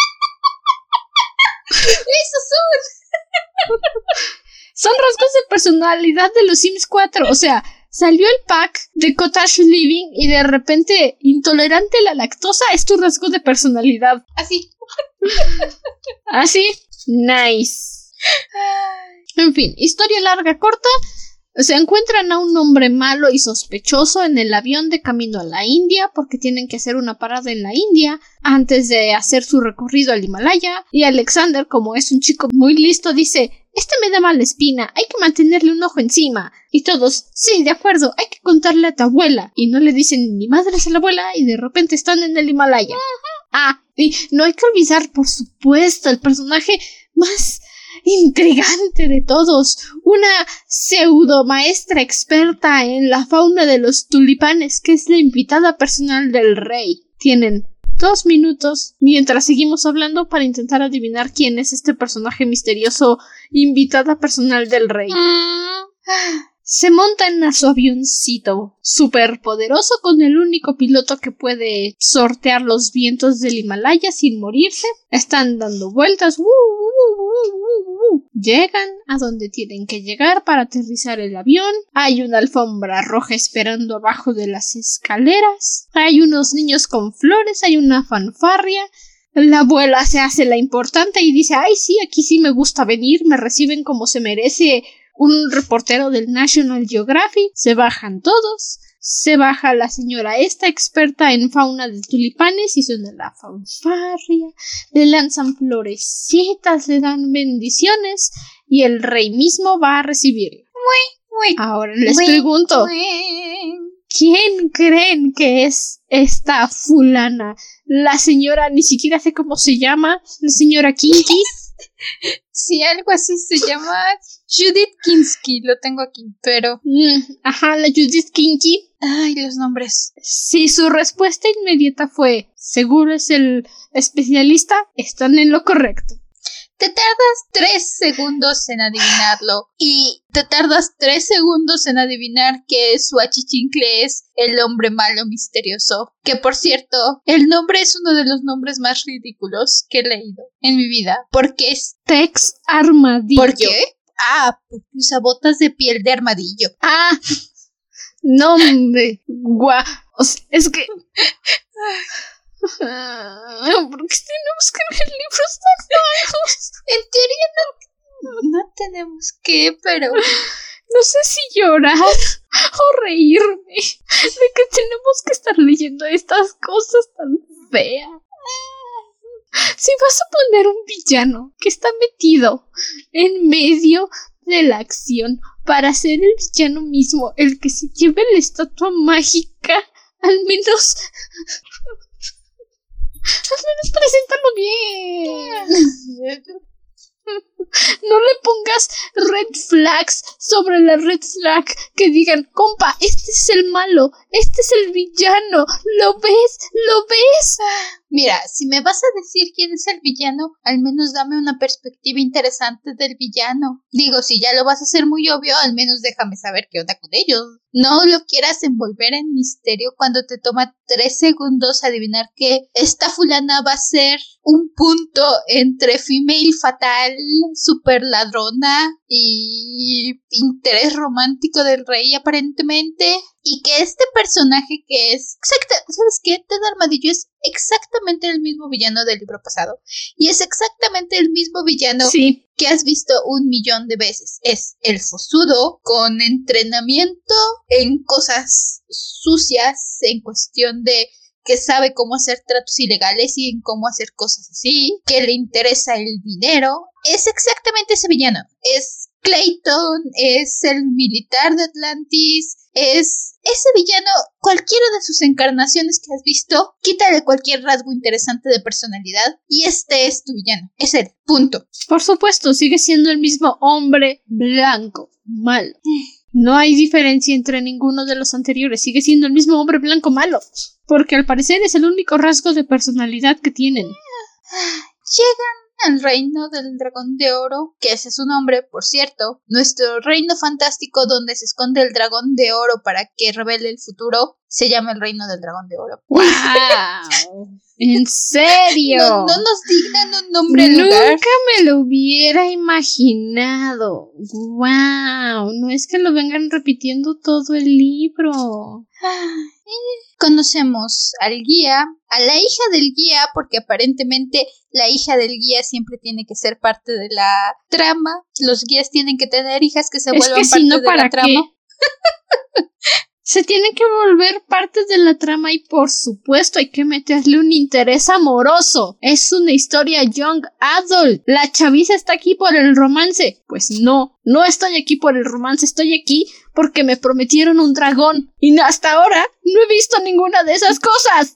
¡Esos son! Son rasgos de personalidad de los Sims 4. O sea, salió el pack de Cottage Living y de repente intolerante a la lactosa es tu rasgo de personalidad. Así. Así. Nice. En fin, historia larga, corta. Se encuentran a un hombre malo y sospechoso en el avión de camino a la India porque tienen que hacer una parada en la India antes de hacer su recorrido al Himalaya. Y Alexander, como es un chico muy listo, dice: este me da mala espina, hay que mantenerle un ojo encima. Y todos: sí, de acuerdo, hay que contarle a tu abuela. Y no le dicen ni madres a la abuela y de repente están en el Himalaya. Y no hay que olvidar, por supuesto, el personaje más intrigante de todos, una pseudo maestra experta en la fauna de los tulipanes, que es la invitada personal del rey. Tienen 2 minutos mientras seguimos hablando para intentar adivinar quién es este personaje misterioso, invitada personal del rey. Se montan a su avioncito superpoderoso con el único piloto que puede sortear los vientos del Himalaya sin morirse. Están dando vueltas. Llegan a donde tienen que llegar para aterrizar el avión. Hay una alfombra roja esperando abajo de las escaleras. Hay unos niños con flores. Hay una fanfarria. La abuela se hace la importante y dice: ay, sí, aquí sí me gusta venir. Me reciben como se merece un reportero del National Geographic. Se bajan todos. Se baja la señora esta experta en fauna de tulipanes y suena la fanfarria. Le lanzan florecitas, le dan bendiciones y el rey mismo va a recibirla. Ahora les pregunto, ¿quién creen que es esta fulana? La señora, ni siquiera sé cómo se llama, la señora Kinky. Sí, algo así se llama Judith Kinski, lo tengo aquí, pero... Ajá, la Judith Kinky. Ay, los nombres. Si su respuesta inmediata fue: seguro es el especialista, están en lo correcto. Te tardas 3 segundos en adivinarlo. Y te tardas 3 segundos en adivinar que su achichincle es el hombre malo misterioso. Que por cierto, el nombre es uno de los nombres más ridículos que he leído en mi vida. Porque es Tex Armadillo. ¿Por qué? Porque usa botas de piel de armadillo. No, hombre. O sea, es que... ¿por qué tenemos que leer libros tan malos? En teoría no tenemos que, pero... No sé si llorar o reírme de que tenemos que estar leyendo estas cosas tan feas. Si vas a poner un villano que está metido en medio de la acción para ser el villano mismo, el que se lleve la estatua mágica, al menos preséntalo bien. No le pongas red flags sobre la red flag que digan: compa, este es el malo, este es el villano, ¿lo ves? Mira, si me vas a decir quién es el villano, al menos dame una perspectiva interesante del villano. Digo, si ya lo vas a hacer muy obvio, al menos déjame saber qué onda con ellos. No lo quieras envolver en misterio cuando te toma 3 segundos adivinar que esta fulana va a ser un punto entre female fatal, super ladrona y interés romántico del rey aparentemente. Y que este personaje que es... ¿Sabes qué? Ted Armadillo es exactamente el mismo villano del libro pasado. Y es exactamente el mismo villano que has visto 1,000,000 de veces. Es el forzudo con entrenamiento en cosas sucias, en cuestión de que sabe cómo hacer tratos ilegales y en cómo hacer cosas así, que le interesa el dinero. Es exactamente ese villano. Es Clayton, es el militar de Atlantis, es ese villano, cualquiera de sus encarnaciones que has visto, quítale cualquier rasgo interesante de personalidad y este es tu villano, es él, punto. Por supuesto, sigue siendo el mismo hombre blanco, malo. No hay diferencia entre ninguno de los anteriores, sigue siendo el mismo hombre blanco malo, porque al parecer es el único rasgo de personalidad que tienen. Llegan al reino del dragón de oro, que ese es su nombre, por cierto, nuestro reino fantástico donde se esconde el dragón de oro para que revele el futuro, se llama el reino del dragón de oro. ¡Wow! ¿En serio? No nos dignan un nombre al lugar. Nunca me lo hubiera imaginado. ¡Wow! No es que lo vengan repitiendo todo el libro. Conocemos al guía, a la hija del guía, porque aparentemente la hija del guía siempre tiene que ser parte de la trama. Los guías tienen que tener hijas que se vuelvan parte de la trama. Se tienen que volver parte de la trama y por supuesto hay que meterle un interés amoroso. Es una historia young adult. La chaviza está aquí por el romance. Pues no estoy aquí por el romance, estoy aquí porque me prometieron un dragón. Y hasta ahora no he visto ninguna de esas cosas.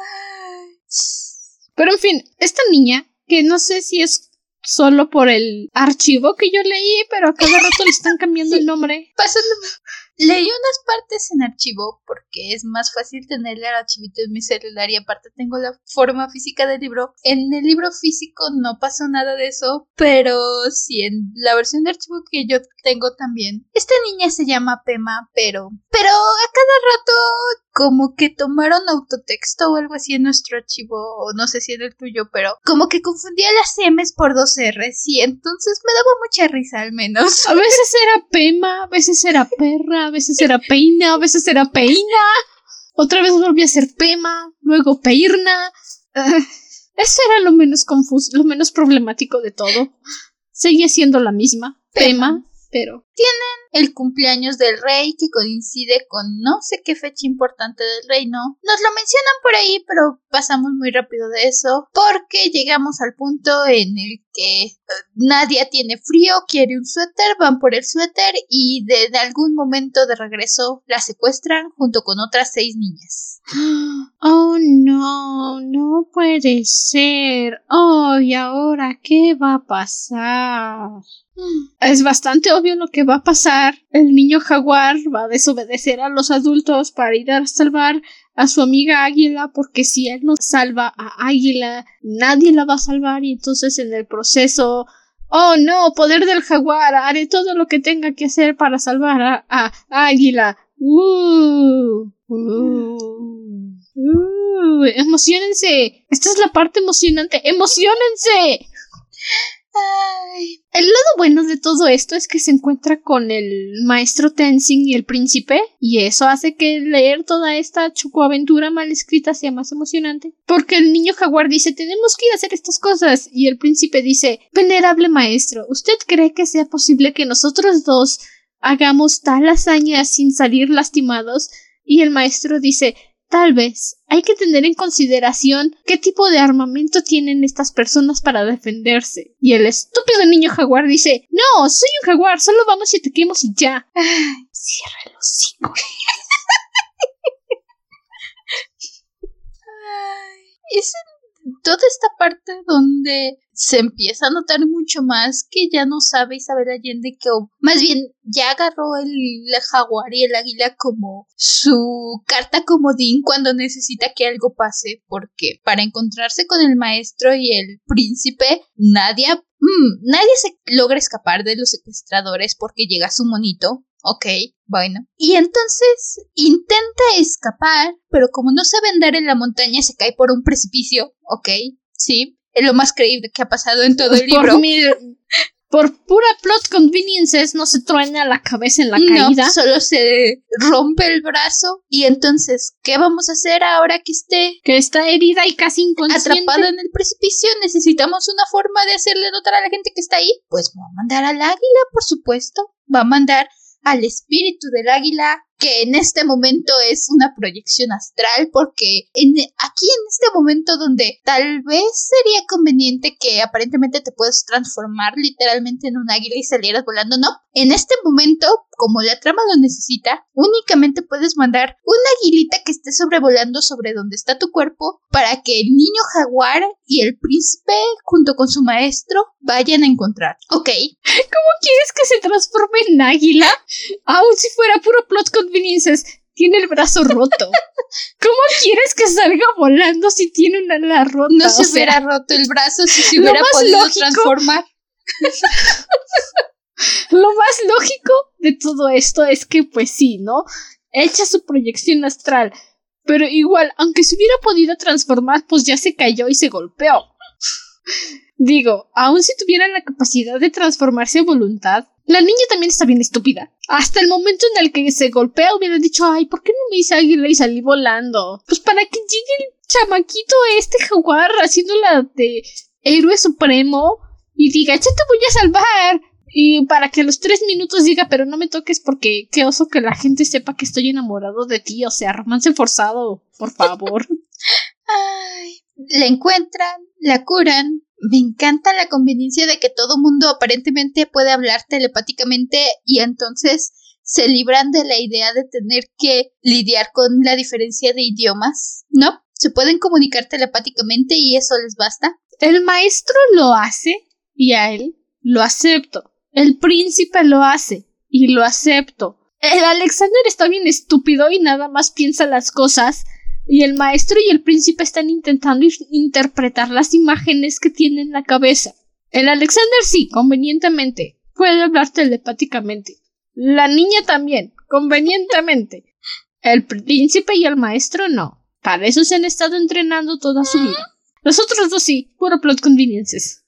Pero en fin, esta niña, que no sé si es solo por el archivo que yo leí, pero a cada rato le están cambiando el nombre. Leí unas partes en archivo porque es más fácil tener el archivito en mi celular y aparte tengo la forma física del libro. En el libro físico no pasó nada de eso, pero sí en la versión de archivo que yo tengo también. Esta niña se llama Pema, pero a cada rato como que tomaron autotexto o algo así en nuestro archivo, o no sé si en el tuyo, pero como que confundía las M's por 2 R's y entonces me daba mucha risa al menos. A veces era Pema, a veces era perra, a veces era peina, a veces era peina, otra vez volvió a ser Pema, luego peirna. Eso era lo menos confuso, lo menos problemático de todo. Seguía siendo la misma, Pema, pero... Tienen el cumpleaños del rey que coincide con no sé qué fecha importante del reino. Nos lo mencionan por ahí, pero pasamos muy rápido de eso porque llegamos al punto en el que Nadia tiene frío, quiere un suéter, van por el suéter y de algún momento de regreso la secuestran junto con otras 6 niñas. Oh no puede ser. Oh, ¿y ahora qué va a pasar? Es bastante obvio lo que va a pasar. El niño jaguar va a desobedecer a los adultos para ir a salvar a su amiga Águila, porque si él no salva a Águila, nadie la va a salvar y entonces en el proceso... Oh no, poder del jaguar, haré todo lo que tenga que hacer para salvar a Águila. Emociónense. Esta es la parte emocionante. ¡Emociónense! Ay. El lado bueno de todo esto es que se encuentra con el maestro Tenzin y el príncipe, y eso hace que leer toda esta chocoaventura mal escrita sea más emocionante, porque el niño jaguar dice tenemos que ir a hacer estas cosas, y el príncipe dice venerable maestro, ¿usted cree que sea posible que nosotros dos hagamos tal hazaña sin salir lastimados? Y el maestro dice tal vez hay que tener en consideración qué tipo de armamento tienen estas personas para defenderse. Y el estúpido niño jaguar dice, no, soy un jaguar, solo vamos y ataquemos y ya. Cierra el hocico. toda esta parte donde se empieza a notar mucho más que ya no sabe Isabel Allende, que más bien ya agarró el jaguar y el águila como su carta comodín cuando necesita que algo pase, porque para encontrarse con el maestro y el príncipe nadie se logra escapar de los secuestradores porque llega su monito. Ok, bueno. Y entonces intenta escapar, pero como no sabe andar en la montaña, se cae por un precipicio. Ok, sí, es lo más creíble que ha pasado en todo el libro. Por pura plot conveniences no se truena la cabeza en la caída. No, solo se rompe el brazo. Y entonces, ¿qué vamos a hacer ahora que está herida y casi inconsciente? Atrapada en el precipicio. Necesitamos una forma de hacerle notar a la gente que está ahí. Pues va a mandar al águila, por supuesto. Va a mandar al espíritu del águila, que en este momento es una proyección astral, porque aquí en este momento donde tal vez sería conveniente que aparentemente te puedes transformar literalmente en un águila y salieras volando, no, en este momento, como la trama lo necesita, únicamente puedes mandar una aguilita que esté sobrevolando sobre donde está tu cuerpo para que el niño jaguar y el príncipe junto con su maestro vayan a encontrar. Ok. ¿Cómo quieres que se transforme en águila? Aún si fuera puro plot conveniences, tiene el brazo roto. ¿Cómo quieres que salga volando si tiene una ala rota? No se hubiera roto el brazo si se hubiera podido transformar. Lo más lógico de todo esto es que, pues sí, ¿no? Echa su proyección astral. Pero igual, aunque se hubiera podido transformar, pues ya se cayó y se golpeó. Digo, aun si tuviera la capacidad de transformarse a voluntad, la niña también está bien estúpida. Hasta el momento en el que se golpea hubiera dicho, ay, ¿por qué no me hice águila y salí volando? Pues para que llegue el chamaquito jaguar haciéndola de héroe supremo y diga, ya te voy a salvar. Y para que a los 3 minutos diga, pero no me toques porque qué oso que la gente sepa que estoy enamorado de ti. O sea, romance forzado, por favor. Ay, la encuentran, la curan. Me encanta la conveniencia de que todo mundo aparentemente puede hablar telepáticamente y entonces se libran de la idea de tener que lidiar con la diferencia de idiomas. No, se pueden comunicar telepáticamente y eso les basta. El maestro lo hace y a él lo acepto. El príncipe lo hace y lo acepto. El Alexander está bien estúpido y nada más piensa las cosas. Y el maestro y el príncipe están intentando interpretar las imágenes que tiene en la cabeza. El Alexander sí, convenientemente, puede hablar telepáticamente. La niña también, convenientemente. El príncipe y el maestro no. Para eso se han estado entrenando toda su vida. Los otros dos sí, puro plot conveniences.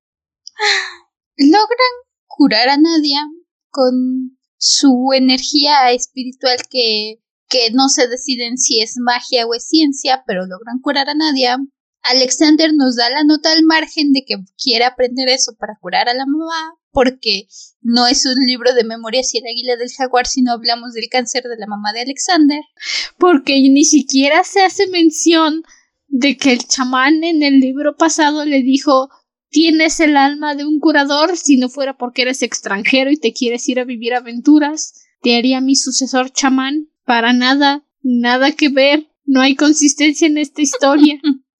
Logran curar a Nadia con su energía espiritual que no se deciden si es magia o es ciencia, pero logran curar a Nadia. Alexander nos da la nota al margen de que quiere aprender eso para curar a la mamá, porque no es un libro de memorias y el águila del jaguar, sino hablamos del cáncer de la mamá de Alexander. Porque ni siquiera se hace mención de que el chamán en el libro pasado le dijo, tienes el alma de un curador, si no fuera porque eres extranjero y te quieres ir a vivir aventuras, te haría mi sucesor chamán. Para nada, nada que ver, no hay consistencia en esta historia.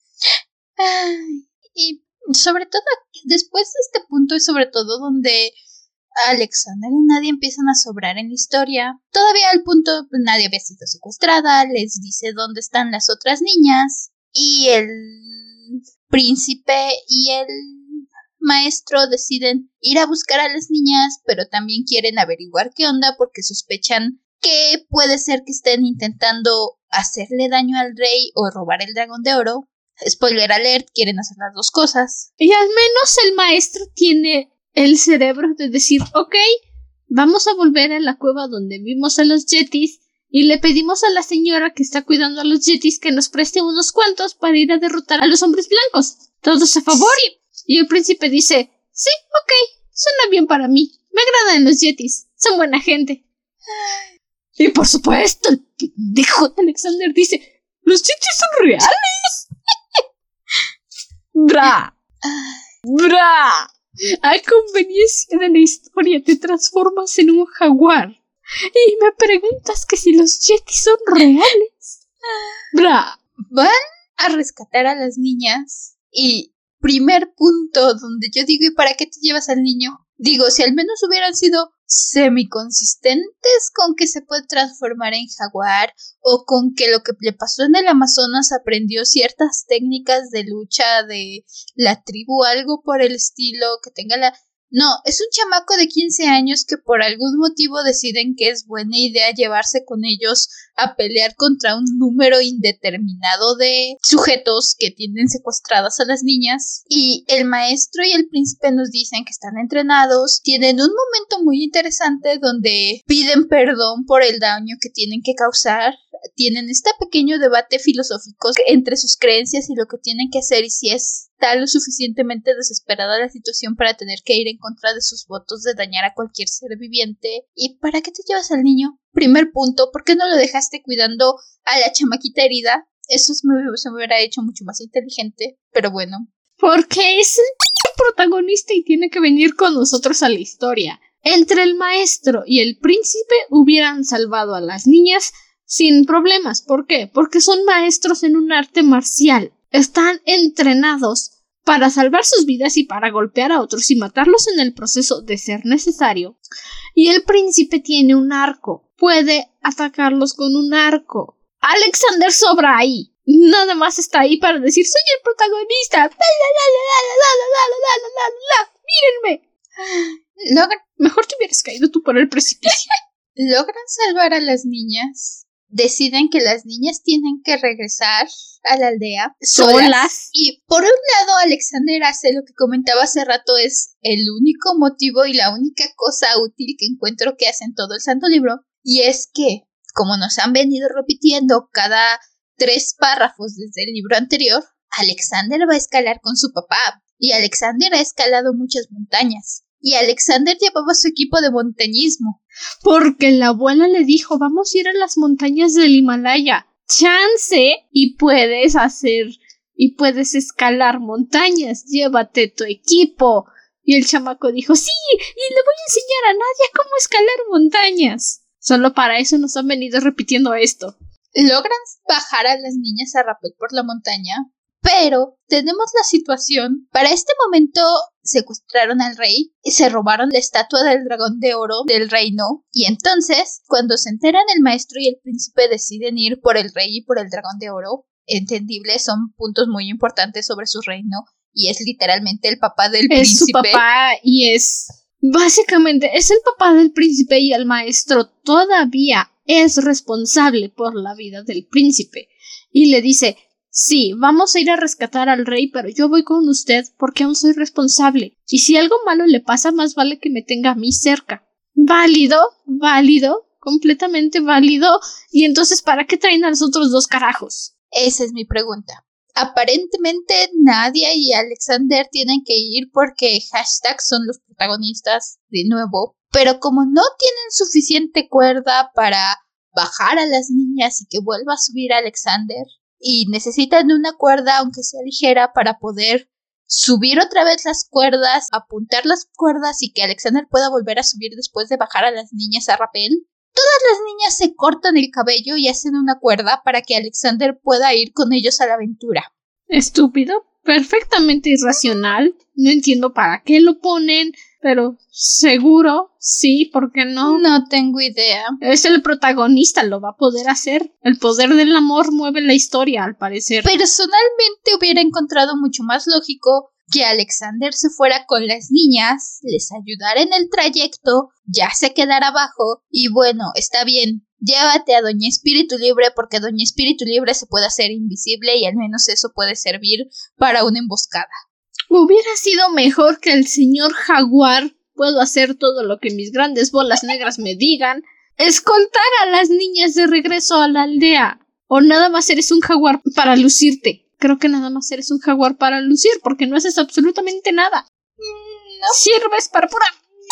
Y sobre todo, después de este punto es sobre todo donde Alexander y Nadia empiezan a sobrar en la historia. Todavía al punto, Nadia había sido secuestrada, les dice dónde están las otras niñas, y el príncipe y el maestro deciden ir a buscar a las niñas, pero también quieren averiguar qué onda porque sospechan que puede ser que estén intentando hacerle daño al rey o robar el dragón de oro. Spoiler alert, quieren hacer las dos cosas. Y al menos el maestro tiene el cerebro de decir, ok, vamos a volver a la cueva donde vimos a los yetis y le pedimos a la señora que está cuidando a los yetis que nos preste unos cuantos para ir a derrotar a los hombres blancos. ¿Todos a favor? Sí. Y el príncipe dice, sí, ok, suena bien para mí. Me agradan los yetis, son buena gente. Y por supuesto, el pendejo de Alexander dice, ¿los yetis son reales? ¡Bra! ¡Bra! A conveniencia de la historia te transformas en un jaguar. Y me preguntas que si los yetis son reales. ¡Bra! Van a rescatar a las niñas Y primer punto donde yo digo, ¿y para qué te llevas al niño? Digo, si al menos hubieran sido semiconsistentes con que se puede transformar en jaguar o con que lo que le pasó en el Amazonas aprendió ciertas técnicas de lucha de la tribu, algo por el estilo, que tenga la... No, es un chamaco de 15 años que por algún motivo deciden que es buena idea llevarse con ellos a pelear contra un número indeterminado de sujetos que tienen secuestradas a las niñas. Y el maestro y el príncipe nos dicen que están entrenados, tienen un momento muy interesante donde piden perdón por el daño que tienen que causar, tienen este pequeño debate filosófico entre sus creencias y lo que tienen que hacer y si es lo suficientemente desesperada la situación para tener que ir en contra de sus votos de dañar a cualquier ser viviente. ¿Y para qué te llevas al niño? Primer punto, ¿por qué no lo dejaste cuidando a la chamaquita herida? Eso se me hubiera hecho mucho más inteligente, pero bueno. Porque es el protagonista y tiene que venir con nosotros a la historia. Entre el maestro y el príncipe hubieran salvado a las niñas sin problemas. ¿Por qué? Porque son maestros en un arte marcial. Están entrenados para salvar sus vidas y para golpear a otros y matarlos en el proceso de ser necesario. Y el príncipe tiene un arco. Puede atacarlos con un arco. Alexander sobra ahí. Nada más está ahí para decir soy el protagonista. Mírenme. Mejor te hubieras caído tú por el precipicio. Logran salvar a las niñas. Deciden que las niñas tienen que regresar a la aldea solas. Y por un lado, Alexander hace lo que comentaba hace rato, es el único motivo y la única cosa útil que encuentro que hace en todo el santo libro. Y es que, como nos han venido repitiendo cada 3 párrafos desde el libro anterior, Alexander va a escalar con su papá. Y Alexander ha escalado muchas montañas. Y Alexander llevaba su equipo de montañismo. Porque la abuela le dijo, vamos a ir a las montañas del Himalaya. Chance y puedes escalar montañas. Llévate tu equipo. Y el chamaco dijo, sí, y le voy a enseñar a Nadia cómo escalar montañas. Solo para eso nos han venido repitiendo esto. Logran bajar a las niñas a rappel por la montaña. Pero tenemos la situación, para este momento secuestraron al rey y se robaron la estatua del dragón de oro del reino. Y entonces, cuando se enteran el maestro y el príncipe deciden ir por el rey y por el dragón de oro, entendible, son puntos muy importantes sobre su reino y es literalmente el papá del príncipe. Es su papá y básicamente es el papá del príncipe y el maestro todavía es responsable por la vida del príncipe. Y le dice... Sí, vamos a ir a rescatar al rey, pero yo voy con usted porque aún soy responsable. Y si algo malo le pasa, más vale que me tenga a mí cerca. Válido, completamente válido. Y entonces, ¿para qué traen a los otros 2 carajos? Esa es mi pregunta. Aparentemente Nadia y Alexander tienen que ir porque hashtag son los protagonistas de nuevo. Pero como no tienen suficiente cuerda para bajar a las niñas y que vuelva a subir a Alexander... y necesitan una cuerda, aunque sea ligera, para poder subir otra vez las cuerdas, apuntar las cuerdas y que Alexander pueda volver a subir después de bajar a las niñas a rappel. Todas las niñas se cortan el cabello y hacen una cuerda para que Alexander pueda ir con ellos a la aventura. Estúpido, perfectamente irracional, no entiendo para qué lo ponen, pero seguro, sí, ¿por qué no? No tengo idea. Es el protagonista, lo va a poder hacer. El poder del amor mueve la historia, al parecer. Personalmente hubiera encontrado mucho más lógico que Alexander se fuera con las niñas, les ayudara en el trayecto, ya se quedara abajo, y bueno, está bien, llévate a Doña Espíritu Libre porque Doña Espíritu Libre se puede hacer invisible y al menos eso puede servir para una emboscada. Hubiera sido mejor que el señor Jaguar, puedo hacer todo lo que mis grandes bolas negras me digan, escoltar a las niñas de regreso a la aldea. O nada más eres un jaguar para lucirte. Creo que nada más eres un jaguar para lucir, porque no haces absolutamente nada. No sirves para pura...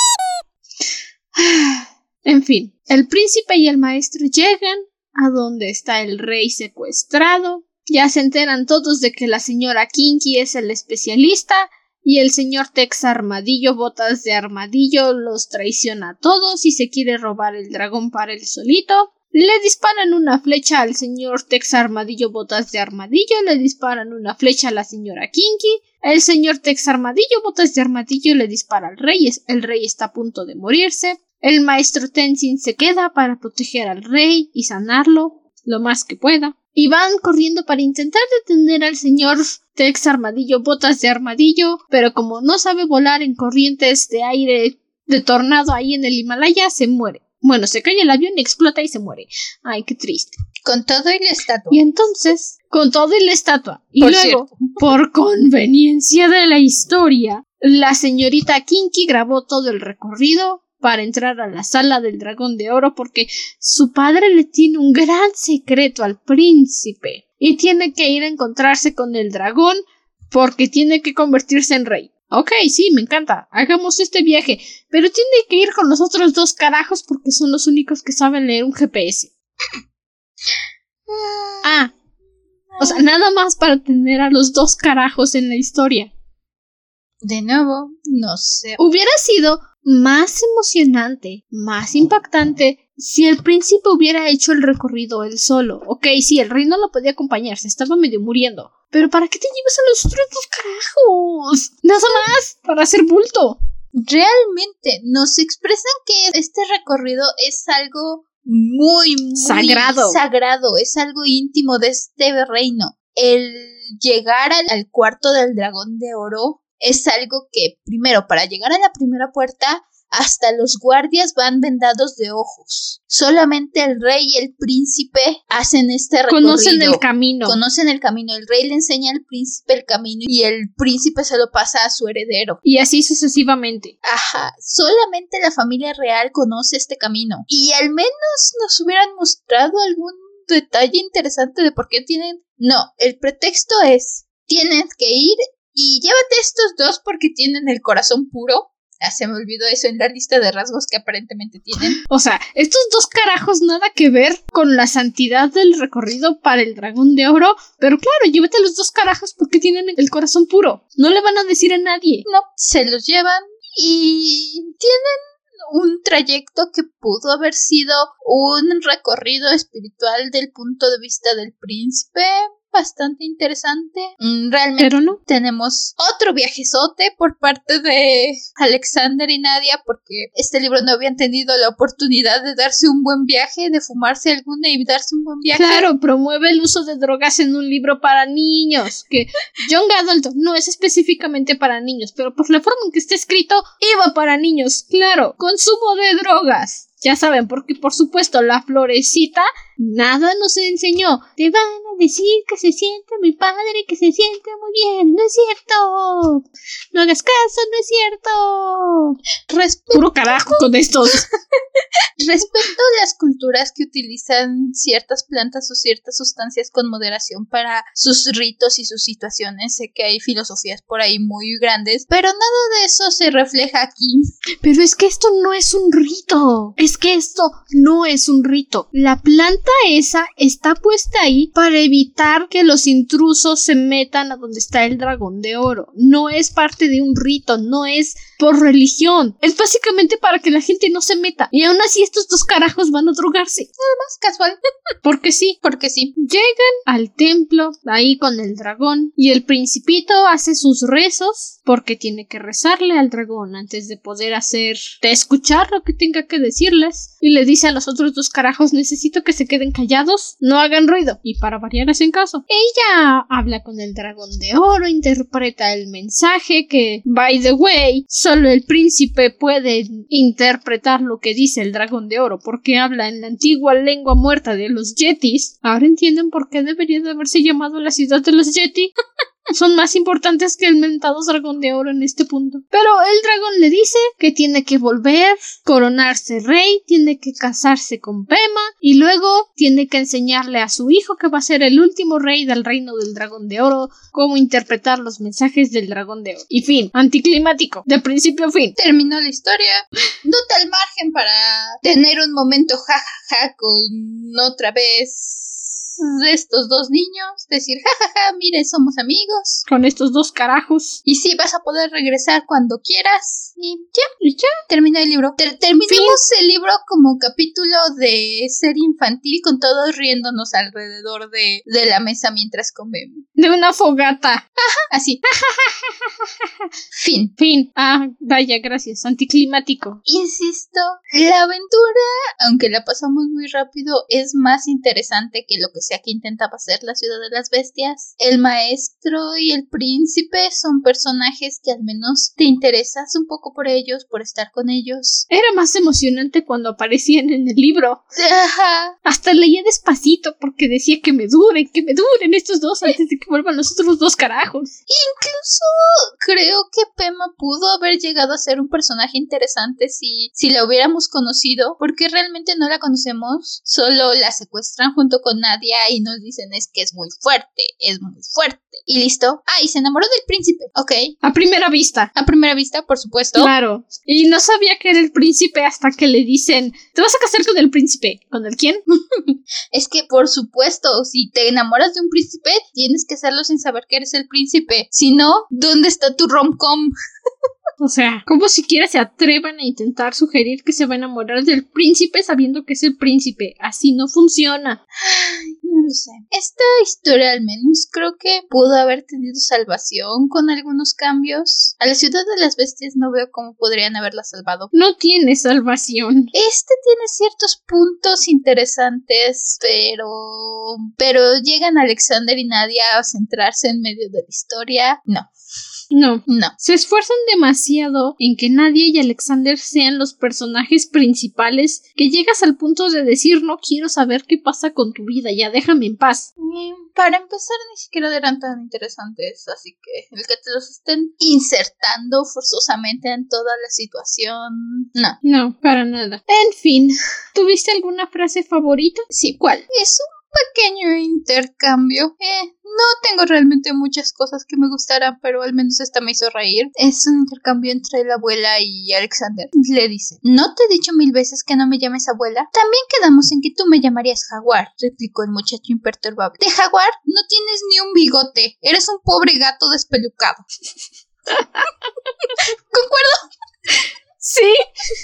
En fin, el príncipe y el maestro llegan a donde está el rey secuestrado. Ya se enteran todos de que la señora Kinky es el especialista y el señor Tex Armadillo, botas de armadillo, los traiciona a todos y se quiere robar el dragón para él solito. Le disparan una flecha al señor Tex Armadillo Botas de Armadillo, le disparan una flecha a la señora Kinky, el señor Tex Armadillo Botas de Armadillo le dispara al rey, el rey está a punto de morirse, el maestro Tenzin se queda para proteger al rey y sanarlo lo más que pueda, y van corriendo para intentar detener al señor Tex Armadillo Botas de Armadillo, pero como no sabe volar en corrientes de aire de tornado ahí en el Himalaya, se muere. Bueno, se cae el avión, explota y se muere. Ay, qué triste. Con todo y la estatua. Y entonces, con todo y la estatua. Y Por luego, cierto. por conveniencia de la historia, la señorita Kinky grabó todo el recorrido para entrar a la sala del dragón de oro porque su padre le tiene un gran secreto al príncipe y tiene que ir a encontrarse con el dragón porque tiene que convertirse en rey. Ok, sí, me encanta. Hagamos este viaje. Pero tiene que ir con los otros 2 carajos porque son los únicos que saben leer un GPS. O sea, nada más para tener a los 2 carajos en la historia. De nuevo, no sé. Hubiera sido más emocionante, más impactante si el príncipe hubiera hecho el recorrido él solo. Ok, sí, el rey no lo podía acompañar, se estaba medio muriendo. Pero ¿para qué te llevas a los otros 2 carajos? Nada más, para hacer bulto. Realmente nos expresan que este recorrido es algo muy sagrado, es algo íntimo de este reino. El llegar al cuarto del dragón de oro es algo que, primero, para llegar a la primera puerta, hasta los guardias van vendados de ojos. Solamente el rey y el príncipe hacen este recorrido. Conocen el camino. El rey le enseña al príncipe el camino y el príncipe se lo pasa a su heredero. Y así sucesivamente. Ajá, solamente la familia real conoce este camino. Y al menos nos hubieran mostrado algún detalle interesante de por qué tienen... No, el pretexto es, tienes que ir y llévate estos 2 porque tienen el corazón puro. Se me olvidó eso en la lista de rasgos que aparentemente tienen. O sea, estos 2 carajos nada que ver con la santidad del recorrido para el dragón de oro. Pero claro, llévate a los 2 carajos porque tienen el corazón puro. No le van a decir a nadie. No, se los llevan y tienen un trayecto que pudo haber sido un recorrido espiritual del punto de vista del príncipe. Bastante interesante. Realmente pero no. Tenemos otro viajezote por parte de Alexander y Nadia porque este libro no habían tenido la oportunidad de darse un buen viaje, de fumarse alguna y darse un buen viaje. Claro, promueve el uso de drogas en un libro para niños, que Young Adult no es específicamente para niños, pero por la forma en que está escrito, iba para niños, claro, consumo de drogas. Ya saben, porque por supuesto la Florecita nada nos enseñó. Te van a decir que se siente muy padre, que se siente muy bien. No es cierto. No hagas caso, no es cierto. Puro carajo con estos. Respecto a las culturas que utilizan ciertas plantas o ciertas sustancias con moderación para sus ritos y sus situaciones, sé que hay filosofías por ahí muy grandes, pero nada de eso se refleja aquí. Pero es que esto no es un rito. La planta esa está puesta ahí para evitar que los intrusos se metan a donde está el dragón de oro. No es parte de un rito, no es por religión. Es básicamente para que la gente no se meta. Y aún así estos 2 carajos van a drogarse. Nada más casual. Porque sí. Llegan al templo, ahí con el dragón, y el principito hace sus rezos, porque tiene que rezarle al dragón antes de poder escuchar lo que tenga que decirles, y le dice a los otros 2 carajos, necesito que se queden callados, no hagan ruido, y para variar hacen caso. Ella habla con el dragón de oro, interpreta el mensaje que, by the way, solo el príncipe puede interpretar lo que dice el dragón de oro, porque habla en la antigua lengua muerta de los yetis. Ahora entienden por qué debería de haberse llamado la ciudad de los yeti. Son más importantes que el mentado dragón de oro en este punto. Pero el dragón le dice que tiene que volver, coronarse rey, tiene que casarse con Pema y luego tiene que enseñarle a su hijo, que va a ser el último rey del reino del dragón de oro, cómo interpretar los mensajes del dragón de oro. Y fin, anticlimático, de principio a fin. Terminó la historia. No tal margen para tener un momento jajaja con otra vez de estos dos niños, decir, jajaja, mire, somos amigos. Con estos dos carajos. Y sí, vas a poder regresar cuando quieras. Y ya, terminó el libro. Terminamos el libro como capítulo de serie infantil con todos riéndonos alrededor de la mesa mientras comemos. De una fogata. Ajá, así. Fin. Vaya, gracias. Anticlimático. Insisto, la aventura, aunque la pasamos muy rápido, es más interesante que lo que sea que intentaba hacer la Ciudad de las Bestias. El maestro y el príncipe son personajes que al menos te interesas un poco por ellos, por estar con ellos. Era más emocionante cuando aparecían en el libro. Ajá. Hasta leía despacito porque decía que me duren estos dos antes de que vuelvan los otros dos carajos. Incluso creo que Pema pudo haber llegado a ser un personaje interesante si la hubiéramos conocido, porque realmente no la conocemos, solo la secuestran junto con Nadia y nos dicen es que es muy fuerte, y listo. Y se enamoró del príncipe, ok. A primera vista, por supuesto. Claro, y no sabía que era el príncipe hasta que le dicen, te vas a casar con el príncipe. ¿Con el quién? Es que por supuesto, si te enamoras de un príncipe, tienes que hacerlo sin saber que eres el príncipe. Si no, ¿dónde está tu rom-com? O sea, ¿cómo siquiera se atrevan a intentar sugerir que se va a enamorar del príncipe sabiendo que es el príncipe? Así no funciona. Ay, no lo sé. Esta historia al menos creo que pudo haber tenido salvación con algunos cambios. A la Ciudad de las Bestias no veo cómo podrían haberla salvado. No tiene salvación. Este tiene ciertos puntos interesantes, pero llegan Alexander y Nadia a centrarse en medio de la historia. No. Se esfuerzan demasiado en que Nadia y Alexander sean los personajes principales que llegas al punto de decir no quiero saber qué pasa con tu vida, ya déjame en paz. Para empezar ni siquiera eran tan interesantes, así que el que te los estén insertando forzosamente en toda la situación, No, para nada. En fin, ¿tuviste alguna frase favorita? Sí, ¿cuál? Es un pequeño intercambio. No tengo realmente muchas cosas que me gustaran, pero al menos esta me hizo reír. Es un intercambio entre la abuela y Alexander. Le dice, ¿no te he dicho 1000 veces que no me llames abuela? También quedamos en que tú me llamarías Jaguar, replicó el muchacho imperturbable. De Jaguar no tienes ni un bigote. Eres un pobre gato despelucado. ¿Concuerdo? Sí.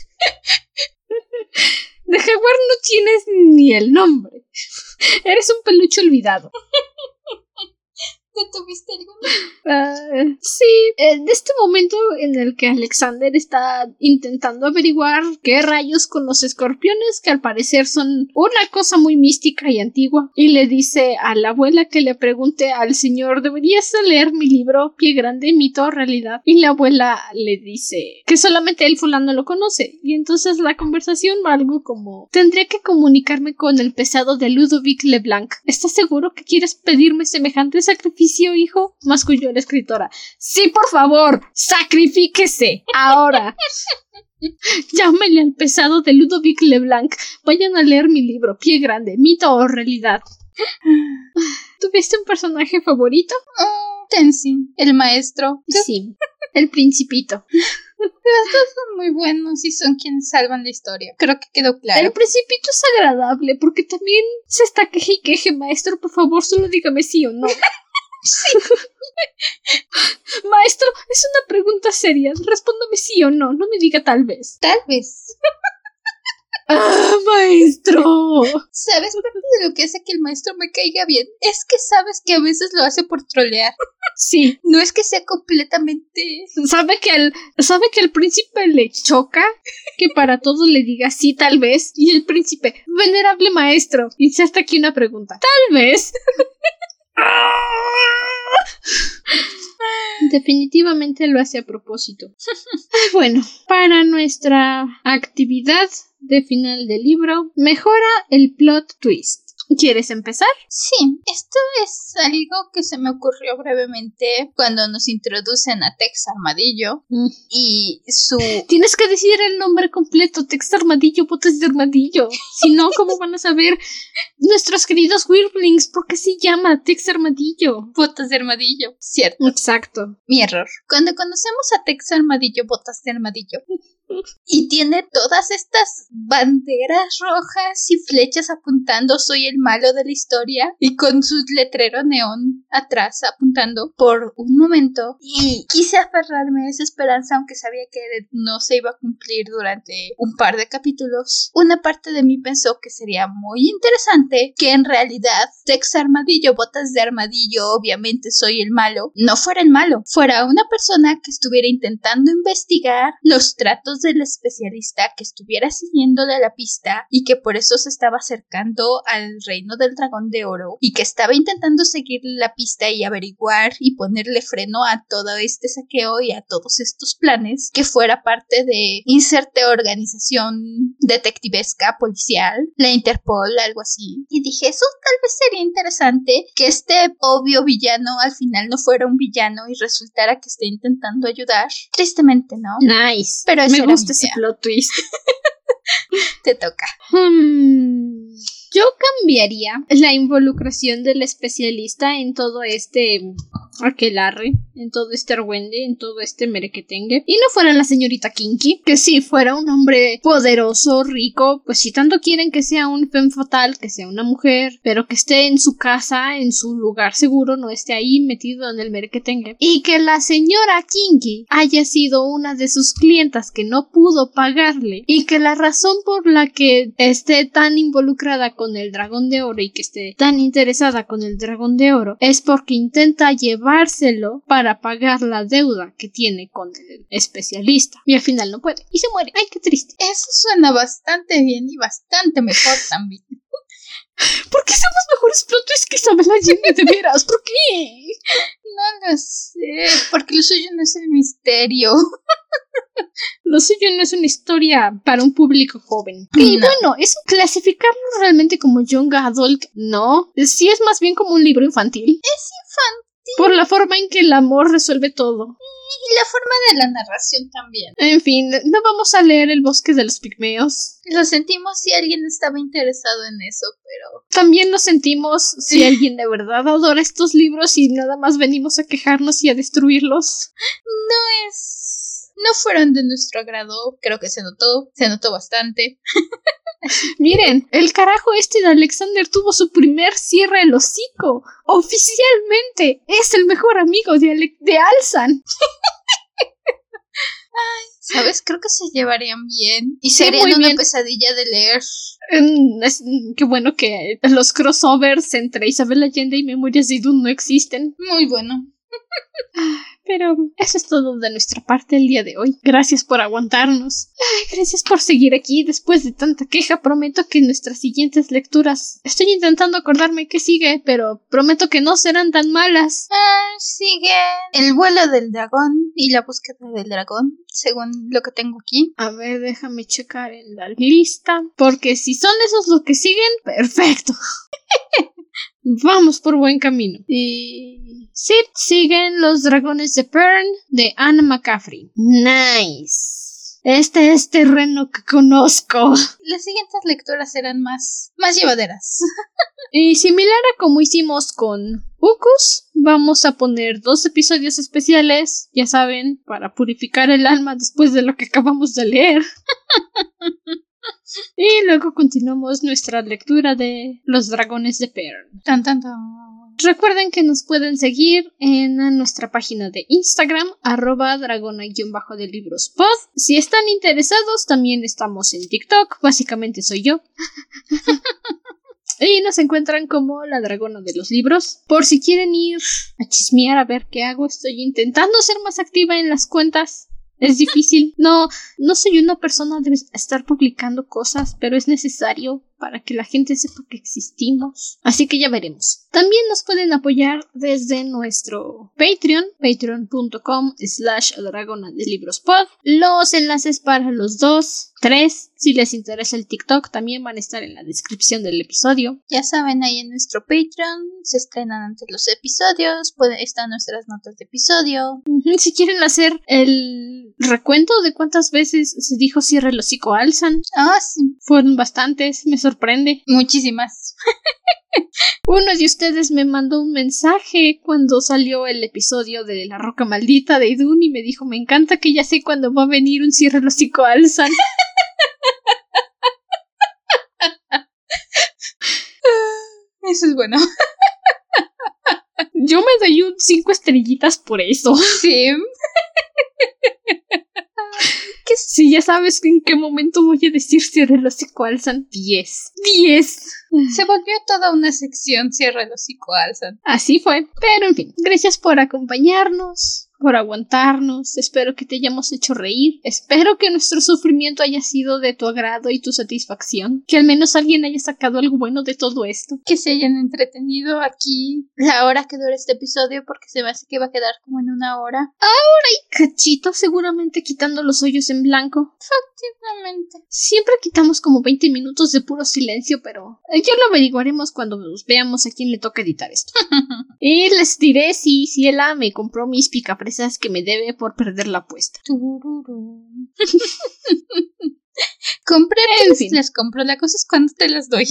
De Jaguar no tienes ni el nombre. Eres un peluche olvidado. ¿Te tuviste alguna? Sí, de este momento en el que Alexander está intentando averiguar qué rayos con los escorpiones, que al parecer son una cosa muy mística y antigua, y le dice a la abuela que le pregunte al señor, ¿deberías leer mi libro Pie Grande, Mito o Realidad? Y la abuela le dice que solamente él fulano lo conoce, y entonces la conversación va algo como, tendría que comunicarme con el pesado de Ludovic Leblanc. ¿Estás seguro que quieres pedirme semejante sacrificio, hijo? Masculló la escritora. Sí, por favor, sacrifíquese ahora. Llámele al pesado de Ludovic Leblanc. Vayan a leer mi libro Pie Grande, Mito o Realidad. ¿Tuviste un personaje favorito? Tenzin, el maestro. Sí, el principito. Los dos son muy buenos y son quienes salvan la historia. Creo que quedó claro. El principito es agradable porque también se está queje y queje. Maestro, por favor, solo dígame sí o no. Sí. Maestro, es una pregunta seria. Respóndame sí o no. No me diga tal vez. Tal vez. Maestro. ¿Sabes parte de lo que hace que el maestro me caiga bien? Es que sabes que a veces lo hace por trolear. Sí. No es que sea completamente... Sabe que el príncipe le choca que para todo le diga sí, tal vez. Y el príncipe, venerable maestro, inserta aquí una pregunta. Tal vez. Definitivamente lo hace a propósito. Bueno, para nuestra actividad de final del libro, mejora el plot twist. ¿Quieres empezar? Sí, esto es algo que se me ocurrió brevemente cuando nos introducen a Tex Armadillo y su... Tienes que decir el nombre completo, Tex Armadillo, botas de armadillo. Si no, ¿cómo van a saber nuestros queridos Wyrmlings por qué se llama Tex Armadillo? Botas de armadillo, cierto. Exacto. Mi error. Cuando conocemos a Tex Armadillo, botas de armadillo, Y tiene todas estas banderas rojas y flechas apuntando soy el malo de la historia y con su letrero neón atrás apuntando por un momento. Y quise aferrarme a esa esperanza aunque sabía que no se iba a cumplir durante un par de capítulos. Una parte de mí pensó que sería muy interesante que en realidad Tex Armadillo, Botas de Armadillo, obviamente soy el malo, no fuera el malo, fuera una persona que estuviera intentando investigar los tratos del especialista, que estuviera siguiéndole la pista y que por eso se estaba acercando al reino del dragón de oro y que estaba intentando seguirle la pista y averiguar y ponerle freno a todo este saqueo y a todos estos planes, que fuera parte de inserte organización detectivesca, policial, la Interpol, algo así. Y dije, eso tal vez sería interesante, que este obvio villano al final no fuera un villano y resultara que esté intentando ayudar. Tristemente, ¿no? Nice. Pero me gusta ese plot twist. Te toca. Yo cambiaría la involucración del especialista en todo este aquelarre, en todo este argüende, en todo este merequetengue, y no fuera la señorita Kinky, que sí fuera un hombre poderoso, rico, pues si tanto quieren que sea un femme fatale, que sea una mujer, pero que esté en su casa, en su lugar seguro, no esté ahí metido en el merequetengue, y que la señora Kinky haya sido una de sus clientas que no pudo pagarle, y que la razón por la que esté tan involucrada con el dragón de oro y que esté tan interesada con el dragón de oro es porque intenta llevárselo para pagar la deuda que tiene con el especialista y al final no puede y se muere. Ay, qué triste. Eso suena bastante bien y bastante mejor también. ¿Por qué somos mejores plot twists que Isabel Allende, de veras? ¿Por qué? No lo sé, porque lo suyo no es el misterio. Lo suyo no es una historia para un público joven. Y no. Bueno, eso clasificarlo realmente como young adult, no. Sí es más bien como un libro infantil. Es infantil. Por la forma en que el amor resuelve todo. Y la forma de la narración también. En fin, no vamos a leer El bosque de los pigmeos. Lo sentimos si alguien estaba interesado en eso, pero... También lo sentimos si alguien de verdad adora estos libros y nada más venimos a quejarnos y a destruirlos. No fueron de nuestro agrado, creo que se notó bastante. Miren, el carajo este de Alexander tuvo su primer cierre del hocico. Oficialmente es el mejor amigo de Alzan. Ay, ¿sabes? Creo que se llevarían bien. Y serían una pesadilla de leer. Qué bueno que los crossovers entre Isabel Allende y Memorias de Idún no existen. Muy bueno. Pero eso es todo de nuestra parte el día de hoy. Gracias por aguantarnos. Gracias por seguir aquí después de tanta queja. Prometo que en nuestras siguientes lecturas... Estoy intentando acordarme qué sigue, pero prometo que no serán tan malas. Sigue El vuelo del dragón y la búsqueda del dragón, según lo que tengo aquí. A ver, déjame checar en la lista. Porque si son esos los que siguen, perfecto. Vamos por buen camino. Y... sí, siguen Los dragones de Pern de Anna McCaffrey. Nice. Este es terreno que conozco. Las siguientes lecturas serán más llevaderas. Y similar a como hicimos con Ucus, vamos a poner 2 episodios especiales, ya saben, para purificar el alma después de lo que acabamos de leer. Y luego continuamos nuestra lectura de Los dragones de Pern. Tan, tan, tan. Recuerden que nos pueden seguir en nuestra página de Instagram, @dragona_delibrospod. Si están interesados, también estamos en TikTok, básicamente soy yo. Y nos encuentran como la dragona de los libros. Por si quieren ir a chismear a ver qué hago, estoy intentando ser más activa en las cuentas. Es difícil. No soy una persona de estar publicando cosas, pero es necesario para que la gente sepa que existimos. Así que ya veremos. También nos pueden apoyar desde nuestro Patreon, patreon.com/dragonadelibrospod. Los enlaces para los 3, si les interesa el TikTok, también van a estar en la descripción del episodio. Ya saben, ahí en nuestro Patreon se estrenan antes los episodios, están nuestras notas de episodio. Si quieren hacer el recuento de cuántas veces se dijo cierre el hocico a Alzan. Sí. Fueron bastantes, me sorprende. Muchísimas. Uno de ustedes me mandó un mensaje cuando salió el episodio de La Roca Maldita de Idun y me dijo, me encanta que ya sé cuándo va a venir un cierre el hocico a Alzan. Eso es bueno. Yo me doy un 5 estrellitas por eso. Sí. Si ya sabes en qué momento voy a decir cierre el hocico a Alzan, 10. 10. Se volvió toda una sección cierre el hocico a Alzan. Así fue. Pero en fin, gracias por acompañarnos, por aguantarnos. Espero que te hayamos hecho reír. Espero que nuestro sufrimiento haya sido de tu agrado y tu satisfacción. Que al menos alguien haya sacado algo bueno de todo esto. Que se hayan entretenido aquí la hora que dura este episodio, porque se me hace que va a quedar como en 1 hora. Cachito, seguramente quitando los hoyos en blanco. Efectivamente. Siempre quitamos como 20 minutos de puro silencio, pero ya lo averiguaremos cuando nos veamos a quién le toca editar esto. Y les diré si Ciela me compró mis picafresas que me debe por perder la apuesta. Compré, en fin. las compro. La cosa es cuando te las doy.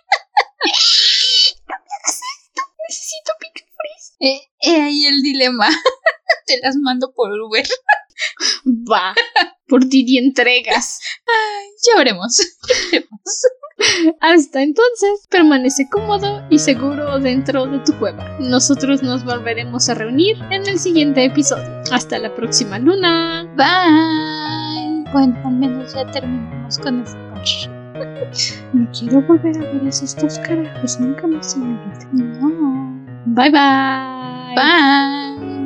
No me hagas esto. Necesito picafresas. Ahí el dilema. Te las mando por Uber. Va. Por Didi entregas. Ay, ya veremos. Hasta entonces, permanece cómodo y seguro dentro de tu cueva. Nosotros nos volveremos a reunir en el siguiente episodio. Hasta la próxima luna. Bye. Bueno, al menos ya terminamos con esta parte. No quiero volver a ver esos dos carajos nunca más en mi vida. No. Bye bye. Bye.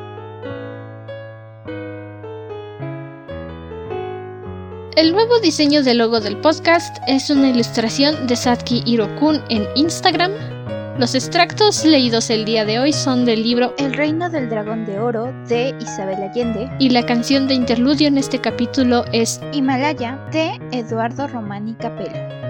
El nuevo diseño del logo del podcast es una ilustración de Satsuki Hirokun en Instagram. Los extractos leídos el día de hoy son del libro El Reino del Dragón de Oro de Isabel Allende y la canción de interludio en este capítulo es Himalaya de Eduardo Román y Capella.